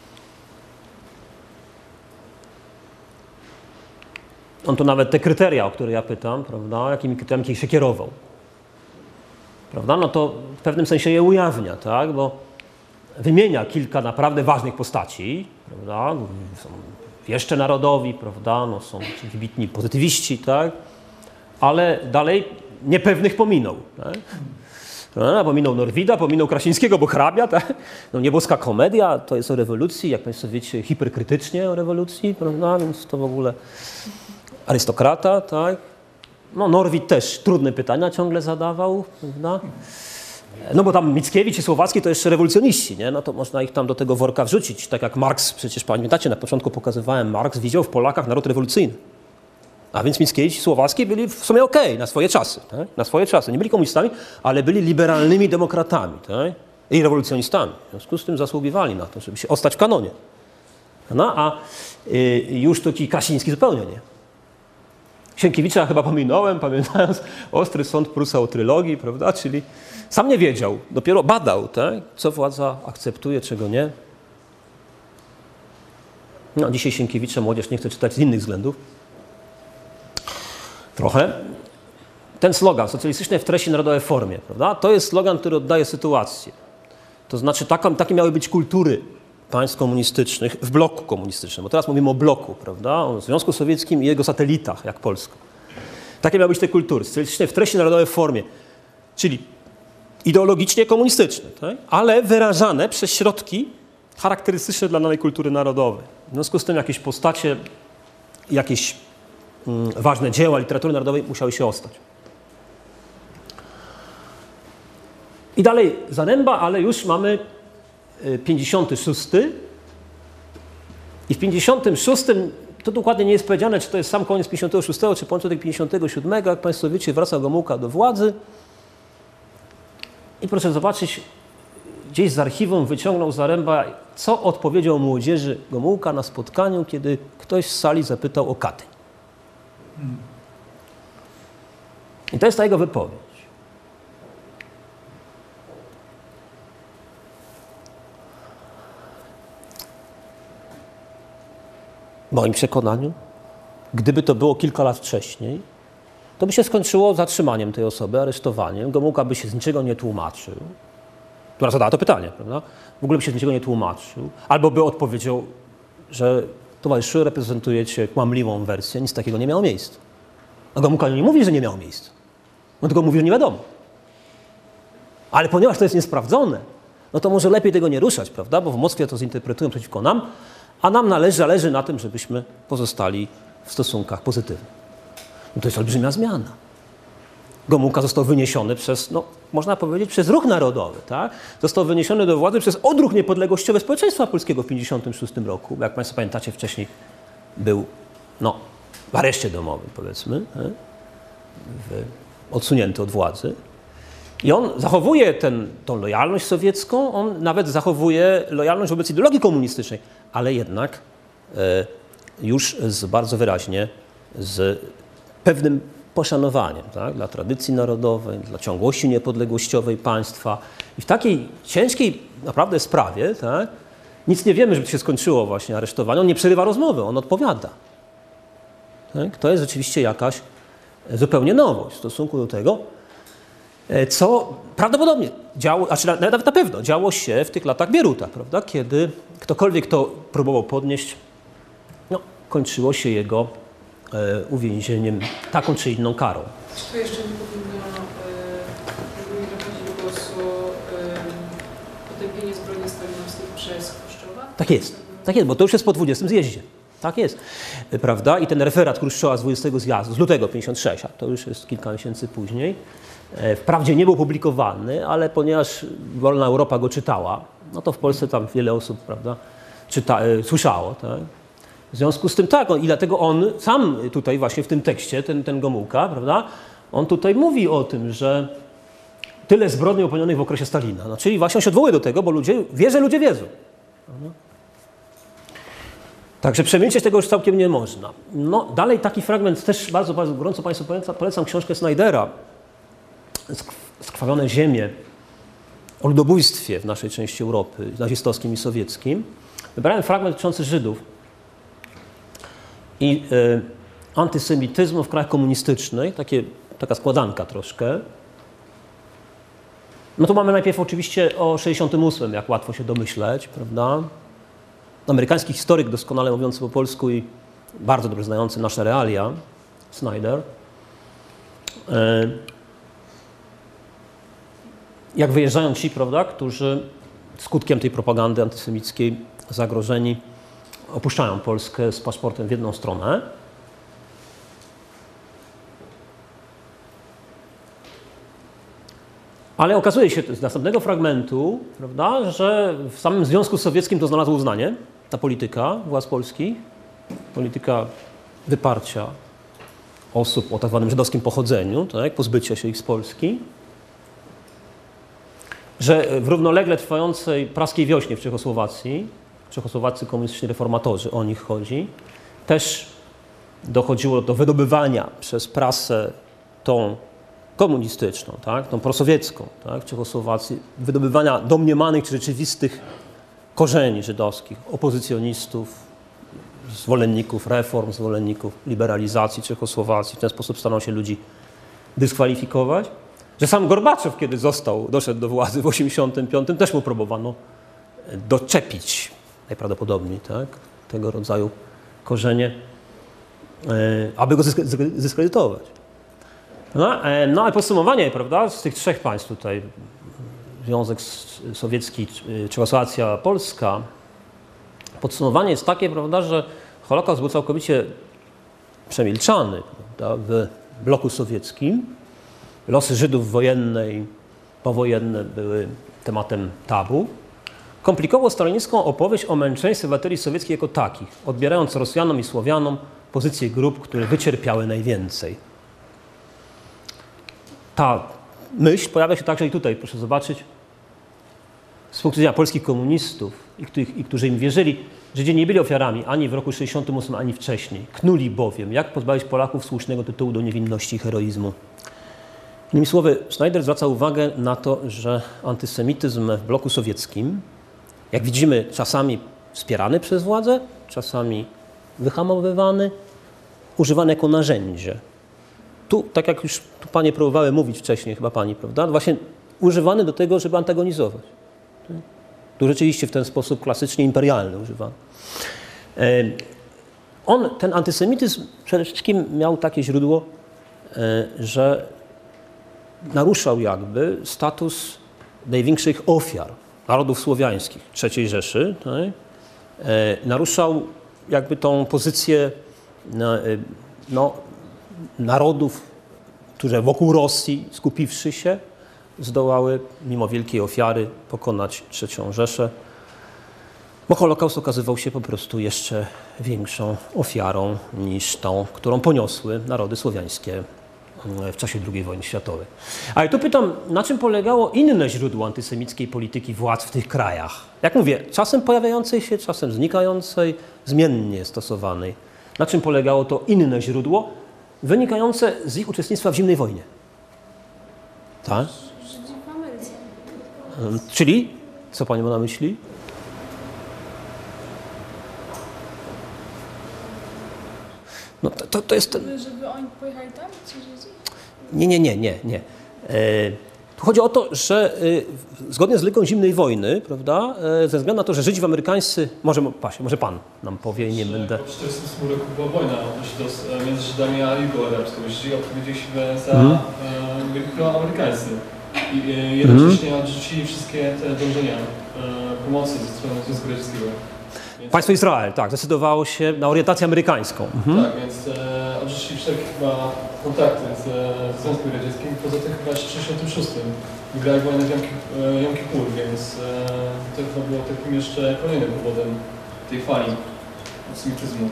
On tu nawet te kryteria, o które ja pytam, prawda, jakimi kryteriami się kierował, prawda, no to w pewnym sensie je ujawnia, tak, bo wymienia kilka naprawdę ważnych postaci, prawda, są jeszcze narodowi, prawda, no są wybitni pozytywiści, tak, ale dalej niepewnych pominął, tak. Pominął Norwida, pominął Krasińskiego, bo hrabia, tak? No, Nieboska komedia, to jest o rewolucji, jak Państwo wiecie, hiperkrytycznie o rewolucji, prawda, więc to w ogóle arystokrata, tak. No Norwid też trudne pytania ciągle zadawał, prawda. No bo tam Mickiewicz i Słowacki to jeszcze rewolucjoniści, nie? No to można ich tam do tego worka wrzucić, tak jak Marks, przecież pamiętacie, na początku pokazywałem, Marks widział w Polakach naród rewolucyjny. A więc Mickiewicz i Słowacki byli w sumie okej, na swoje czasy, tak? Na swoje czasy. Nie byli komunistami, ale byli liberalnymi demokratami, tak? I rewolucjonistami. W związku z tym zasługiwali na to, żeby się ostać w kanonie. No a już taki Krasiński zupełnie nie. Sienkiewicza chyba pominąłem, pamiętając Ostry Sąd Prusa o trylogii, prawda? Czyli sam nie wiedział, dopiero badał, tak? Co władza akceptuje, czego nie. No, dzisiaj Sienkiewicza młodzież nie chce czytać z innych względów. Trochę. Ten slogan, socjalistyczne w treści, narodowe w formie, prawda? To jest slogan, który oddaje sytuację. To znaczy, takie miały być kultury państw komunistycznych w bloku komunistycznym. Bo teraz mówimy o bloku, prawda? O Związku Sowieckim i jego satelitach, jak Polska. Takie miały być te kultury, socjalistyczne w treści, narodowe w formie. Czyli ideologicznie komunistyczne, tak? Ale wyrażane przez środki charakterystyczne dla danej kultury narodowej. W związku z tym jakieś postacie, jakieś ważne dzieła literatury narodowej musiały się ostać. I dalej Zaręba, ale już mamy 56. I w 56 to dokładnie nie jest powiedziane, czy to jest sam koniec 56, czy początek 57. Jak Państwo wiecie, wraca Gomułka do władzy. I proszę zobaczyć, gdzieś z archiwum wyciągnął Zaręba, co odpowiedział młodzieży Gomułka na spotkaniu, kiedy ktoś z sali zapytał o Katyń. I to jest ta jego wypowiedź. W moim przekonaniu, gdyby to było kilka lat wcześniej, to by się skończyło zatrzymaniem tej osoby, aresztowaniem. Gomułka by się z niczego nie tłumaczył. Która zadała to pytanie, prawda? W ogóle by się z niczego nie tłumaczył. Albo by odpowiedział, że towarzyszu, reprezentujecie kłamliwą wersję, nic takiego nie miało miejsca. A Gomułka nie mówi, że nie miało miejsca. On tylko mówi, że nie wiadomo. Ale ponieważ to jest niesprawdzone, no to może lepiej tego nie ruszać, prawda? Bo w Moskwie to zinterpretują przeciwko nam, a nam zależy na tym, żebyśmy pozostali w stosunkach pozytywnych. No to jest olbrzymia zmiana. Gomułka został wyniesiony przez, no, można powiedzieć, przez ruch narodowy, tak? Został wyniesiony do władzy przez odruch niepodległościowy społeczeństwa polskiego w 1956 roku. Jak Państwo pamiętacie, wcześniej był, no, w areszcie domowym, powiedzmy, odsunięty od władzy. I on zachowuje tą lojalność sowiecką, on nawet zachowuje lojalność wobec ideologii komunistycznej, ale jednak już bardzo wyraźnie z pewnym poszanowaniem, tak, dla tradycji narodowej, dla ciągłości niepodległościowej państwa. I w takiej ciężkiej naprawdę sprawie, tak, nic nie wiemy, żeby to się skończyło właśnie aresztowanie. On nie przerywa rozmowy, on odpowiada. Tak? To jest rzeczywiście jakaś zupełnie nowość w stosunku do tego, co prawdopodobnie działo, znaczy nawet na pewno działo się w tych latach Bieruta, prawda? Kiedy ktokolwiek, kto próbował podnieść, no, kończyło się jego uwięzieniem taką czy inną karą. Czy tu jeszcze nie powinno dochodzić do głosu potępienie zbrodni stalinowskich przez Chruszczowa? Tak jest, bo to już jest po 20 zjeździe. Tak jest, prawda? I ten referat Chruszczowa z 20 zjazdu, z lutego 56, a to już jest kilka miesięcy później, wprawdzie nie był publikowany, ale ponieważ wolna Europa go czytała, no to w Polsce tam wiele osób, prawda, słyszało, tak? W związku z tym tak, i dlatego on sam tutaj właśnie w tym tekście, ten Gomułka, prawda, on tutaj mówi o tym, że tyle zbrodni popełnionych w okresie Stalina. No, czyli właśnie on się odwołuje do tego, bo ludzie wiedzą. Prawda? Także przemilczeć tego już całkiem nie można. No, dalej taki fragment, też bardzo, bardzo gorąco Państwu polecam książkę Snydera, Skrwawione ziemie, o ludobójstwie w naszej części Europy, nazistowskim i sowieckim. Wybrałem fragment dotyczący Żydów i antysemityzmu w krajach komunistycznych, taka składanka troszkę. No to mamy najpierw oczywiście o 68, jak łatwo się domyśleć, prawda? Amerykański historyk doskonale mówiący po polsku i bardzo dobrze znający nasze realia, Snyder, jak wyjeżdżają ci, prawda, którzy skutkiem tej propagandy antysemickiej zagrożeni opuszczają Polskę z paszportem w jedną stronę. Ale okazuje się z następnego fragmentu, prawda, że w samym Związku Sowieckim to znalazło uznanie, ta polityka władz polskich, polityka wyparcia osób o tak zwanym żydowskim pochodzeniu, tak, pozbycia się ich z Polski, że w równolegle trwającej praskiej wiośnie w Czechosłowacji, czechosłowaccy komunistyczni reformatorzy, o nich chodzi, też dochodziło do wydobywania przez prasę tą komunistyczną, tak, tą prosowiecką, tak, w Czechosłowacji, wydobywania domniemanych czy rzeczywistych korzeni żydowskich, opozycjonistów, zwolenników reform, zwolenników liberalizacji Czechosłowacji. W ten sposób starano się ludzi dyskwalifikować. Że sam Gorbaczow, kiedy doszedł do władzy w 1985, też mu próbowano doczepić najprawdopodobniej, tak, tego rodzaju korzenie, aby go zdyskredytować. No ale podsumowanie, prawda, z tych trzech państw tutaj, Związek Sowiecki, Czechosłowacja, Polska, podsumowanie jest takie, prawda, że Holokaust był całkowicie przemilczany, prawda, w bloku sowieckim. Losy Żydów wojenne i powojenne były tematem tabu. Komplikował stalińską opowieść o męczeństwie obywateli sowieckich jako takich, odbierając Rosjanom i Słowianom pozycję grup, które wycierpiały najwięcej. Ta myśl pojawia się także i tutaj, proszę zobaczyć, z punktu widzenia polskich komunistów, którzy im wierzyli, Żydzi nie byli ofiarami ani w roku 1968, ani wcześniej. Knuli bowiem, jak pozbawić Polaków słusznego tytułu do niewinności i heroizmu. Innymi słowy, Snyder zwraca uwagę na to, że antysemityzm w bloku sowieckim, jak widzimy, czasami wspierany przez władzę, czasami wyhamowywany, używany jako narzędzie. Tu, tak jak już tu panie próbowały mówić wcześniej, chyba pani, prawda? Właśnie używany do tego, żeby antagonizować. Tu rzeczywiście w ten sposób klasycznie imperialny używany. Ten antysemityzm przede wszystkim miał takie źródło, że naruszał jakby status największych ofiar narodów słowiańskich III Rzeszy. Tak? Naruszał jakby tą pozycję narodów, które wokół Rosji, skupiwszy się, zdołały mimo wielkiej ofiary pokonać III Rzeszę, bo Holokaust okazywał się po prostu jeszcze większą ofiarą niż tą, którą poniosły narody słowiańskie w czasie II wojny światowej. Ale tu pytam, na czym polegało inne źródło antysemickiej polityki władz w tych krajach? Jak mówię, czasem pojawiającej się, czasem znikającej, zmiennie stosowanej. Na czym polegało to inne źródło wynikające z ich uczestnictwa w zimnej wojnie? Tak? Żydzi w Ameryce. Czyli? Co pani ma na myśli? No to jest ten... Żeby oni pojechali tam, ci Żydzi? Nie. Tu chodzi o to, że zgodnie z logiką zimnej wojny, prawda, ze względu na to, że Żydzi amerykańscy, może pan nam powie, nie będę... Po 1948 roku była wojna między Żydami a Ligą Arabską. Żydzi odpowiedzieliśmy za byli amerykańscy. I jednocześnie odrzucili wszystkie te dążenia pomocy ze strony Związku Radzieckiego. Państwo Izrael, tak, zdecydowało się na orientację amerykańską. Tak, więc odrzucili wszelkie chyba kontakty z Związkiem Radzieckim. Poza tym chyba w 1966 wygrali wojnę w Jom Kippur, więc to chyba było takim jeszcze kolejnym powodem tej fali antysemityzmu.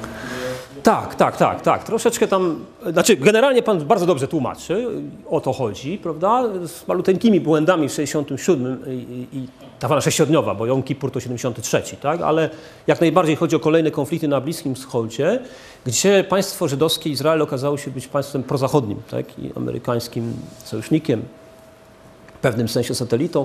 Tak. Troszeczkę tam, znaczy generalnie pan bardzo dobrze tłumaczy, o to chodzi, prawda, z maluteńkimi błędami w 67 i ta fala sześciodniowa, bo Jom Kippur to 73, tak, ale jak najbardziej chodzi o kolejne konflikty na Bliskim Wschodzie, gdzie państwo żydowskie Izrael okazało się być państwem prozachodnim, tak, i amerykańskim sojusznikiem, w pewnym sensie satelitą,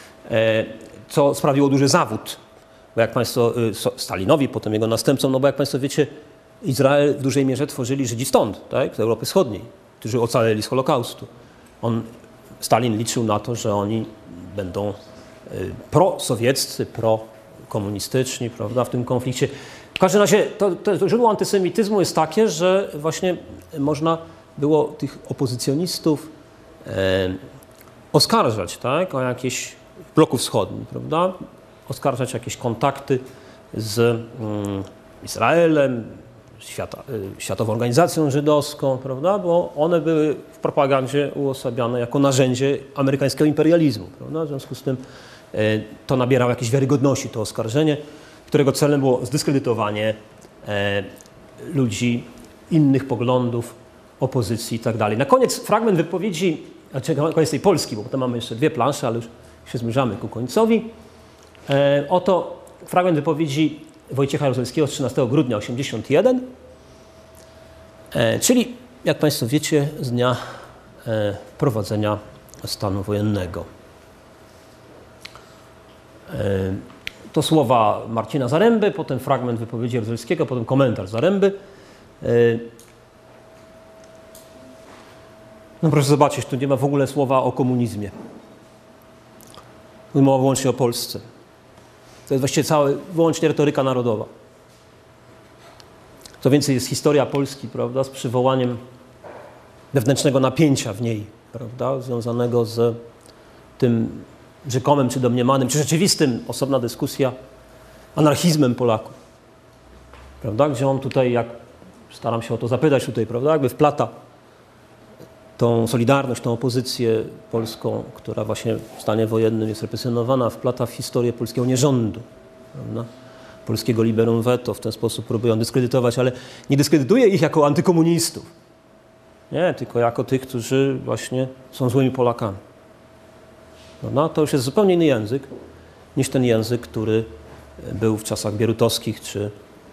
co sprawiło duży zawód. Bo jak państwo, Stalinowi, potem jego następcom, no bo jak państwo wiecie, Izrael w dużej mierze tworzyli Żydzi stąd, tak, z Europy Wschodniej, którzy ocaleli z Holokaustu. Stalin liczył na to, że oni będą prosowieccy, prokomunistyczni, prawda, w tym konflikcie. W każdym razie to źródło antysemityzmu jest takie, że właśnie można było tych opozycjonistów oskarżać, tak, o jakieś w bloku wschodnim, prawda, oskarżać jakieś kontakty z Izraelem, Światową Organizacją Żydowską, prawda? Bo one były w propagandzie uosabiane jako narzędzie amerykańskiego imperializmu, prawda? W związku z tym to nabierało jakiejś wiarygodności, to oskarżenie, którego celem było zdyskredytowanie ludzi innych poglądów, opozycji i tak dalej. Na koniec fragment wypowiedzi, znaczy koniec tej Polski, bo potem mamy jeszcze dwie plansze, ale już się zbliżamy ku końcowi. Oto fragment wypowiedzi Wojciecha Jaruzelskiego z 13 grudnia 1981, czyli, jak państwo wiecie, z dnia wprowadzenia stanu wojennego. To słowa Marcina Zaręby, potem fragment wypowiedzi Jaruzelskiego, potem komentarz Zaręby. No proszę zobaczyć, tu nie ma w ogóle słowa o komunizmie. Tu mowa wyłącznie o Polsce. To jest właściwie wyłącznie retoryka narodowa. Co więcej, jest historia Polski, prawda, z przywołaniem wewnętrznego napięcia w niej, prawda, związanego z tym rzekomym, czy domniemanym, czy rzeczywistym, osobna dyskusja, anarchizmem Polaków. Prawda, gdzie on tutaj, jak staram się o to zapytać tutaj, prawda, jakby wplata tą solidarność, tą opozycję polską, która właśnie w stanie wojennym jest represjonowana, wplata w historię polskiego nierządu, prawda? Polskiego liberum veto, w ten sposób próbują dyskredytować, ale nie dyskredytuje ich jako antykomunistów, nie, tylko jako tych, którzy właśnie są złymi Polakami. Prawda? To już jest zupełnie inny język niż ten język, który był w czasach bierutowskich, czy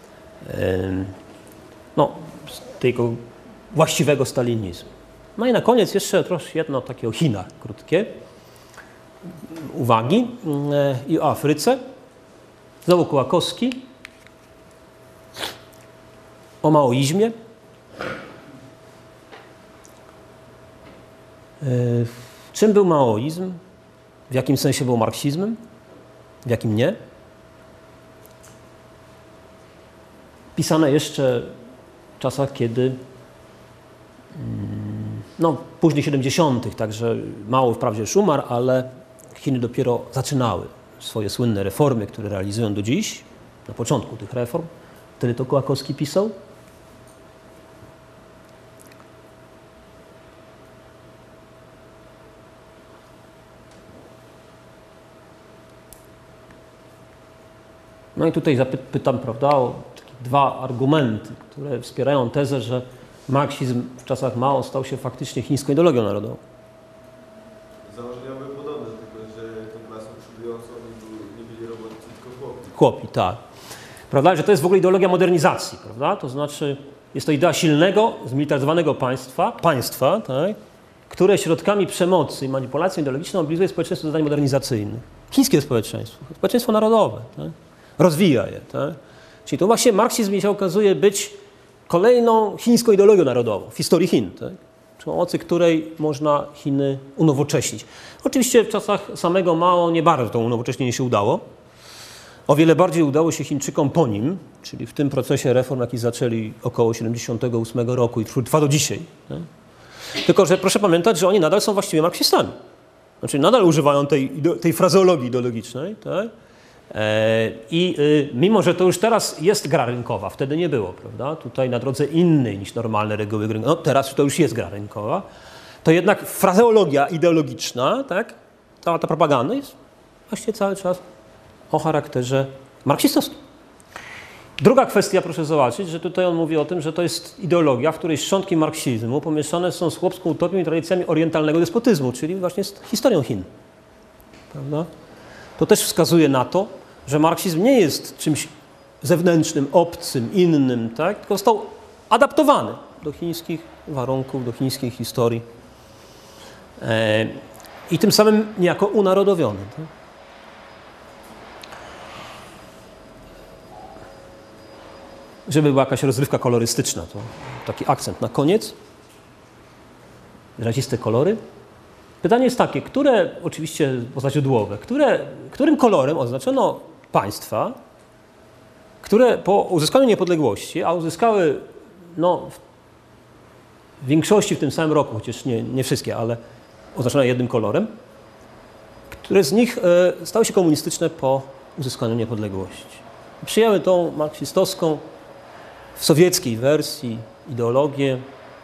tego właściwego stalinizmu. No i na koniec jeszcze troszkę jedno takie o Chinach krótkie uwagi i o Afryce. Znowu Kołakowski. O maoizmie. Czym był maoizm? W jakim sensie był marksizmem? W jakim nie? Pisane jeszcze czasach, kiedy no, późnych 70., także mało wprawdzie już umarł, ale Chiny dopiero zaczynały swoje słynne reformy, które realizują do dziś. Na początku tych reform. Wtedy to Kołakowski pisał. No i tutaj zapytam, prawda, o takie dwa argumenty, które wspierają tezę, że marksizm w czasach Mao stał się faktycznie chińską ideologią narodową. Założenia były podobne, tylko że tą klasą przodującą nie byli robotnicy, tylko chłopi. Chłopi, tak. Prawda, że to jest w ogóle ideologia modernizacji, prawda? To znaczy jest to idea silnego, zmilitaryzowanego państwa, tak? Które środkami przemocy i manipulacji ideologiczną mobilizuje społeczeństwo do zadań modernizacyjnych. Chińskie społeczeństwo narodowe, tak? Rozwija je. Tak? Czyli to właśnie marksizm się okazuje być kolejną chińską ideologią narodową w historii Chin, tak? Przy pomocy której można Chiny unowocześnić. Oczywiście w czasach samego Mao nie bardzo to unowocześnienie się udało. O wiele bardziej udało się Chińczykom po nim, czyli w tym procesie reform, jaki zaczęli około 1978 roku i trwa do dzisiaj. Tak? Tylko że proszę pamiętać, że oni nadal są właściwie marksistami. Znaczy nadal używają tej frazeologii ideologicznej. Tak? Mimo, że to już teraz jest gra rynkowa, wtedy nie było, prawda? Tutaj na drodze innej niż normalne reguły gry, no teraz to już jest gra rynkowa, to jednak frazeologia ideologiczna, tak? Cała ta propaganda jest właśnie cały czas o charakterze marksistowskim. Druga kwestia, proszę zobaczyć, że tutaj on mówi o tym, że to jest ideologia, w której szczątki marksizmu pomieszane są z chłopską utopią i tradycjami orientalnego despotyzmu, czyli właśnie z historią Chin. Prawda? To też wskazuje na to, że marksizm nie jest czymś zewnętrznym, obcym, innym, tak? Tylko został adaptowany do chińskich warunków, do chińskiej historii i tym samym niejako unarodowiony. Tak? Żeby była jakaś rozrywka kolorystyczna, to taki akcent na koniec. Wyraziste kolory. Pytanie jest takie, które, oczywiście pozaźródłowe, którym kolorem oznaczono państwa, które po uzyskaniu niepodległości, a uzyskały no, w większości w tym samym roku, chociaż nie wszystkie, ale oznaczone jednym kolorem, które z nich stały się komunistyczne po uzyskaniu niepodległości. Przyjęły tą marksistowską, w sowieckiej wersji ideologię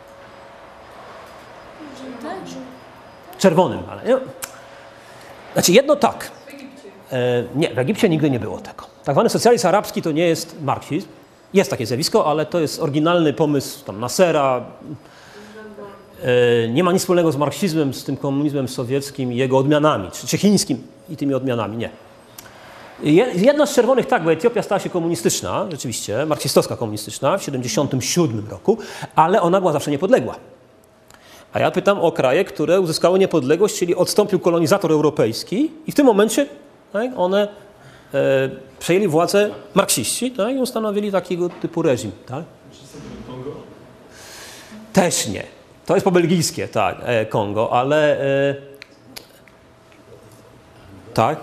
czerwonym, ale nie. Znaczy jedno tak. Nie, w Egipcie nigdy nie było tego. Tak zwany socjalizm arabski to nie jest marksizm. Jest takie zjawisko, ale to jest oryginalny pomysł tam Nassera. Nie ma nic wspólnego z marksizmem, z tym komunizmem sowieckim i jego odmianami, czy chińskim i tymi odmianami, nie. Jedna z czerwonych, tak, bo Etiopia stała się komunistyczna, rzeczywiście, marksistowska komunistyczna w 1977 roku, ale ona była zawsze niepodległa. A ja pytam o kraje, które uzyskały niepodległość, czyli odstąpił kolonizator europejski i w tym momencie tak, one przejęli władzę marksiści tak, i ustanowili takiego typu reżim. Tak? Kongo? Też nie. To jest pobelgijskie, tak, Kongo, ale tak?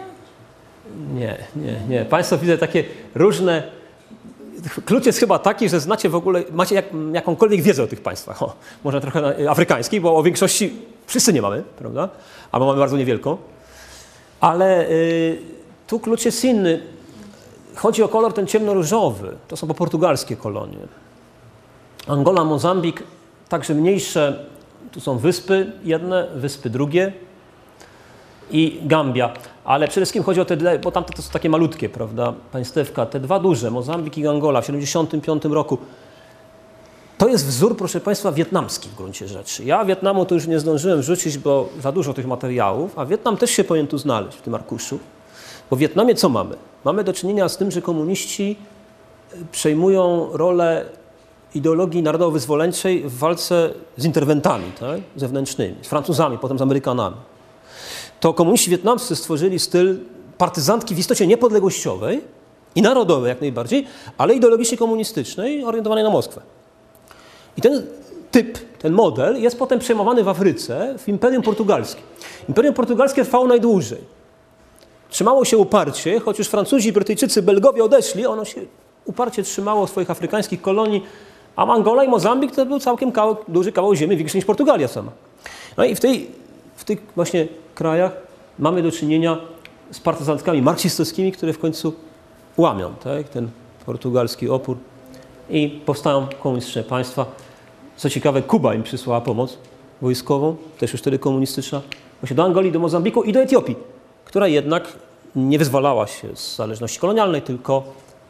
Nie. Państwo widzę takie różne. Klucz jest chyba taki, że znacie w ogóle, macie jakąkolwiek wiedzę o tych państwach. O, może trochę afrykańskiej, bo o większości wszyscy nie mamy, prawda? Albo mamy bardzo niewielką. Ale tu klucz jest inny. Chodzi o kolor ten ciemnoróżowy. To są portugalskie kolonie. Angola, Mozambik, także mniejsze. Tu są wyspy jedne, wyspy drugie i Gambia. Ale przede wszystkim chodzi o te, bo tamte to są takie malutkie, prawda, państewka, te dwa duże, Mozambik i Angola w 1975 roku. To jest wzór, proszę Państwa, wietnamski w gruncie rzeczy. Ja Wietnamu to już nie zdążyłem wrzucić, bo za dużo tych materiałów, a Wietnam też się powinien tu znaleźć w tym arkuszu. Bo w Wietnamie co mamy? Mamy do czynienia z tym, że komuniści przejmują rolę ideologii narodowo-wyzwoleńczej w walce z interwentami tak, zewnętrznymi, z Francuzami, potem z Amerykanami. To komuniści wietnamscy stworzyli styl partyzantki w istocie niepodległościowej i narodowej jak najbardziej, ale ideologicznie komunistycznej, orientowanej na Moskwę. I ten typ, ten model jest potem przejmowany w Afryce, w Imperium Portugalskim. Imperium Portugalskie trwało najdłużej. Trzymało się uparcie, choć już Francuzi, Brytyjczycy, Belgowie odeszli, ono się uparcie trzymało swoich afrykańskich kolonii A Angola i Mozambik to był całkiem duży kawał ziemi, większy niż Portugalia sama. No i w tych właśnie krajach mamy do czynienia z partyzantkami marksistowskimi, które w końcu łamią, tak, ten portugalski opór i powstają komunistyczne państwa. Co ciekawe, Kuba im przysłała pomoc wojskową, też już wtedy komunistyczna, właśnie do Angolii, do Mozambiku i do Etiopii, która jednak nie wyzwalała się z zależności kolonialnej, tylko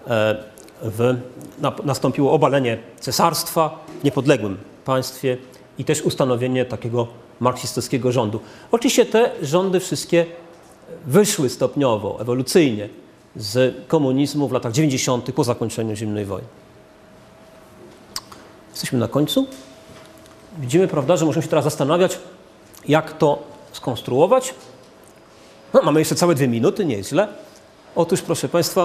nastąpiło obalenie cesarstwa w niepodległym państwie i też ustanowienie takiego marksistowskiego rządu. Oczywiście te rządy wszystkie wyszły stopniowo, ewolucyjnie z komunizmu w latach 90. po zakończeniu zimnej wojny. Jesteśmy na końcu. Widzimy, prawda, że możemy się teraz zastanawiać, jak to skonstruować. No, mamy jeszcze całe 2 minuty, nie jest źle. Otóż, proszę Państwa,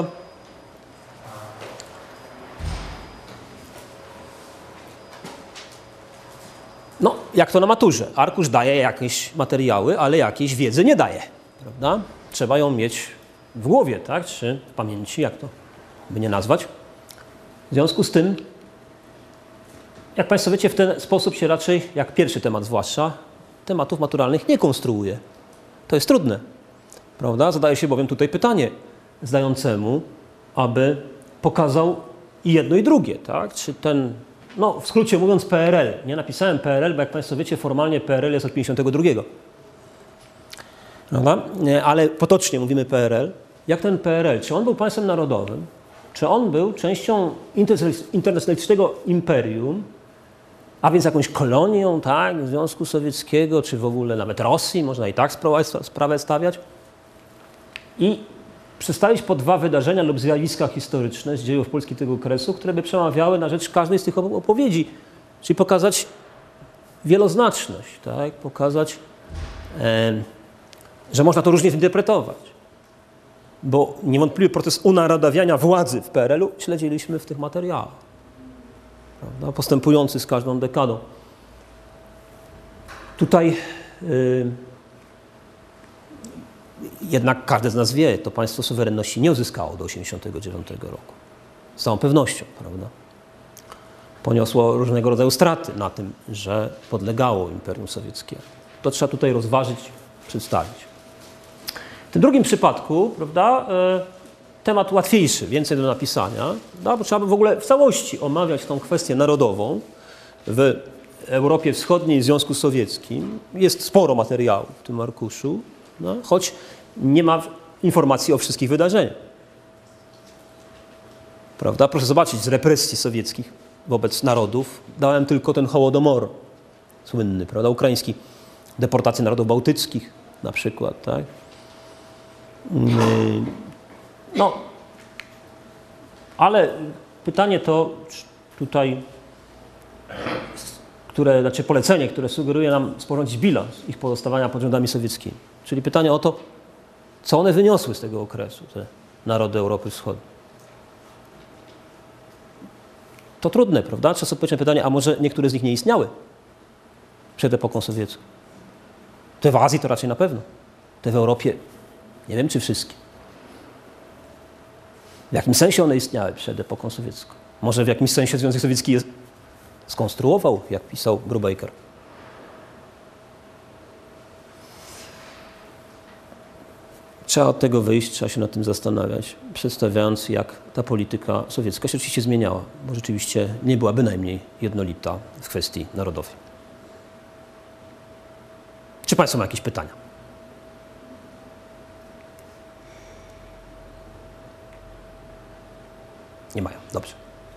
no, jak to na maturze. Arkusz daje jakieś materiały, ale jakiejś wiedzy nie daje, prawda? Trzeba ją mieć w głowie, tak? Czy w pamięci, jak to by nie nazwać. W związku z tym, jak Państwo wiecie, w ten sposób się raczej, jak pierwszy temat zwłaszcza, tematów maturalnych nie konstruuje. To jest trudne, prawda? Zadaje się bowiem tutaj pytanie zdającemu, aby pokazał i jedno i drugie, tak? Czy ten, no w skrócie mówiąc PRL, nie napisałem PRL, bo jak Państwo wiecie, formalnie PRL jest od 52. Prawda? Ale potocznie mówimy PRL. Jak ten PRL, czy on był państwem narodowym, czy on był częścią internacjonalistycznego imperium, a więc jakąś kolonią, tak, Związku Sowieckiego, czy w ogóle nawet Rosji, można i tak sprawę stawiać. I przedstawić po 2 wydarzenia lub zjawiska historyczne z dziejów Polski tego okresu, które by przemawiały na rzecz każdej z tych opowieści. Czyli pokazać wieloznaczność, tak, pokazać, że można to różnie zinterpretować. Bo niewątpliwy proces unarodawiania władzy w PRL-u śledziliśmy w tych materiałach, prawda, postępujący z każdą dekadą. Tutaj jednak każdy z nas wie, to państwo suwerenności nie uzyskało do 1989 roku. Z całą pewnością, prawda? Poniosło różnego rodzaju straty na tym, że podlegało Imperium Sowieckiemu. To trzeba tutaj rozważyć, przedstawić. W tym drugim przypadku, prawda, temat łatwiejszy, więcej do napisania, prawda, bo trzeba by w ogóle w całości omawiać tą kwestię narodową w Europie Wschodniej i Związku Sowieckim. Jest sporo materiału w tym arkuszu, no, choć nie ma informacji o wszystkich wydarzeniach. Prawda? Proszę zobaczyć, z represji sowieckich wobec narodów dałem tylko ten Hołodomor słynny, prawda, ukraiński, deportacje narodów bałtyckich na przykład, tak? No, ale pytanie to tutaj, znaczy polecenie, które sugeruje nam sporządzić bilans ich pozostawania pod rządami sowieckimi. Czyli pytanie o to, co one wyniosły z tego okresu, te narody Europy Wschodniej. To trudne, prawda? Trzeba sobie odpowiedzieć na pytanie, a może niektóre z nich nie istniały przed epoką sowiecką. Te w Azji to raczej na pewno. Te w Europie, nie wiem czy wszystkie. W jakim sensie one istniały przed epoką sowiecką? Może w jakimś sensie Związek Sowiecki je skonstruował, jak pisał Brubaker. Trzeba od tego wyjść, trzeba się nad tym zastanawiać, przedstawiając, jak ta polityka sowiecka się oczywiście zmieniała, bo rzeczywiście nie była bynajmniej jednolita w kwestii narodowej. Czy Państwo mają jakieś pytania? Nie mają, dobrze.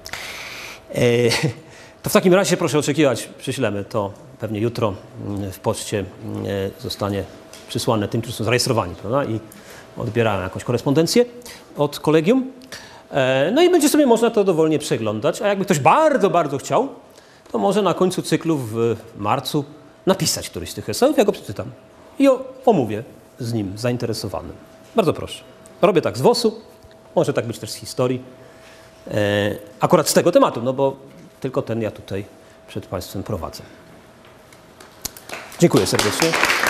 To w takim razie proszę oczekiwać, przyślemy to pewnie jutro w poczcie zostanie przysłane tym, którzy są zarejestrowani, prawda? I odbierają jakąś korespondencję od kolegium. No i będzie sobie można to dowolnie przeglądać, a jakby ktoś bardzo, bardzo chciał, to może na końcu cyklu w marcu napisać któryś z tych eseów, ja go przeczytam i omówię z nim zainteresowanym. Bardzo proszę. Robię tak z WOS-u, może tak być też z historii. Akurat z tego tematu, no bo tylko ten ja tutaj przed Państwem prowadzę. Dziękuję serdecznie.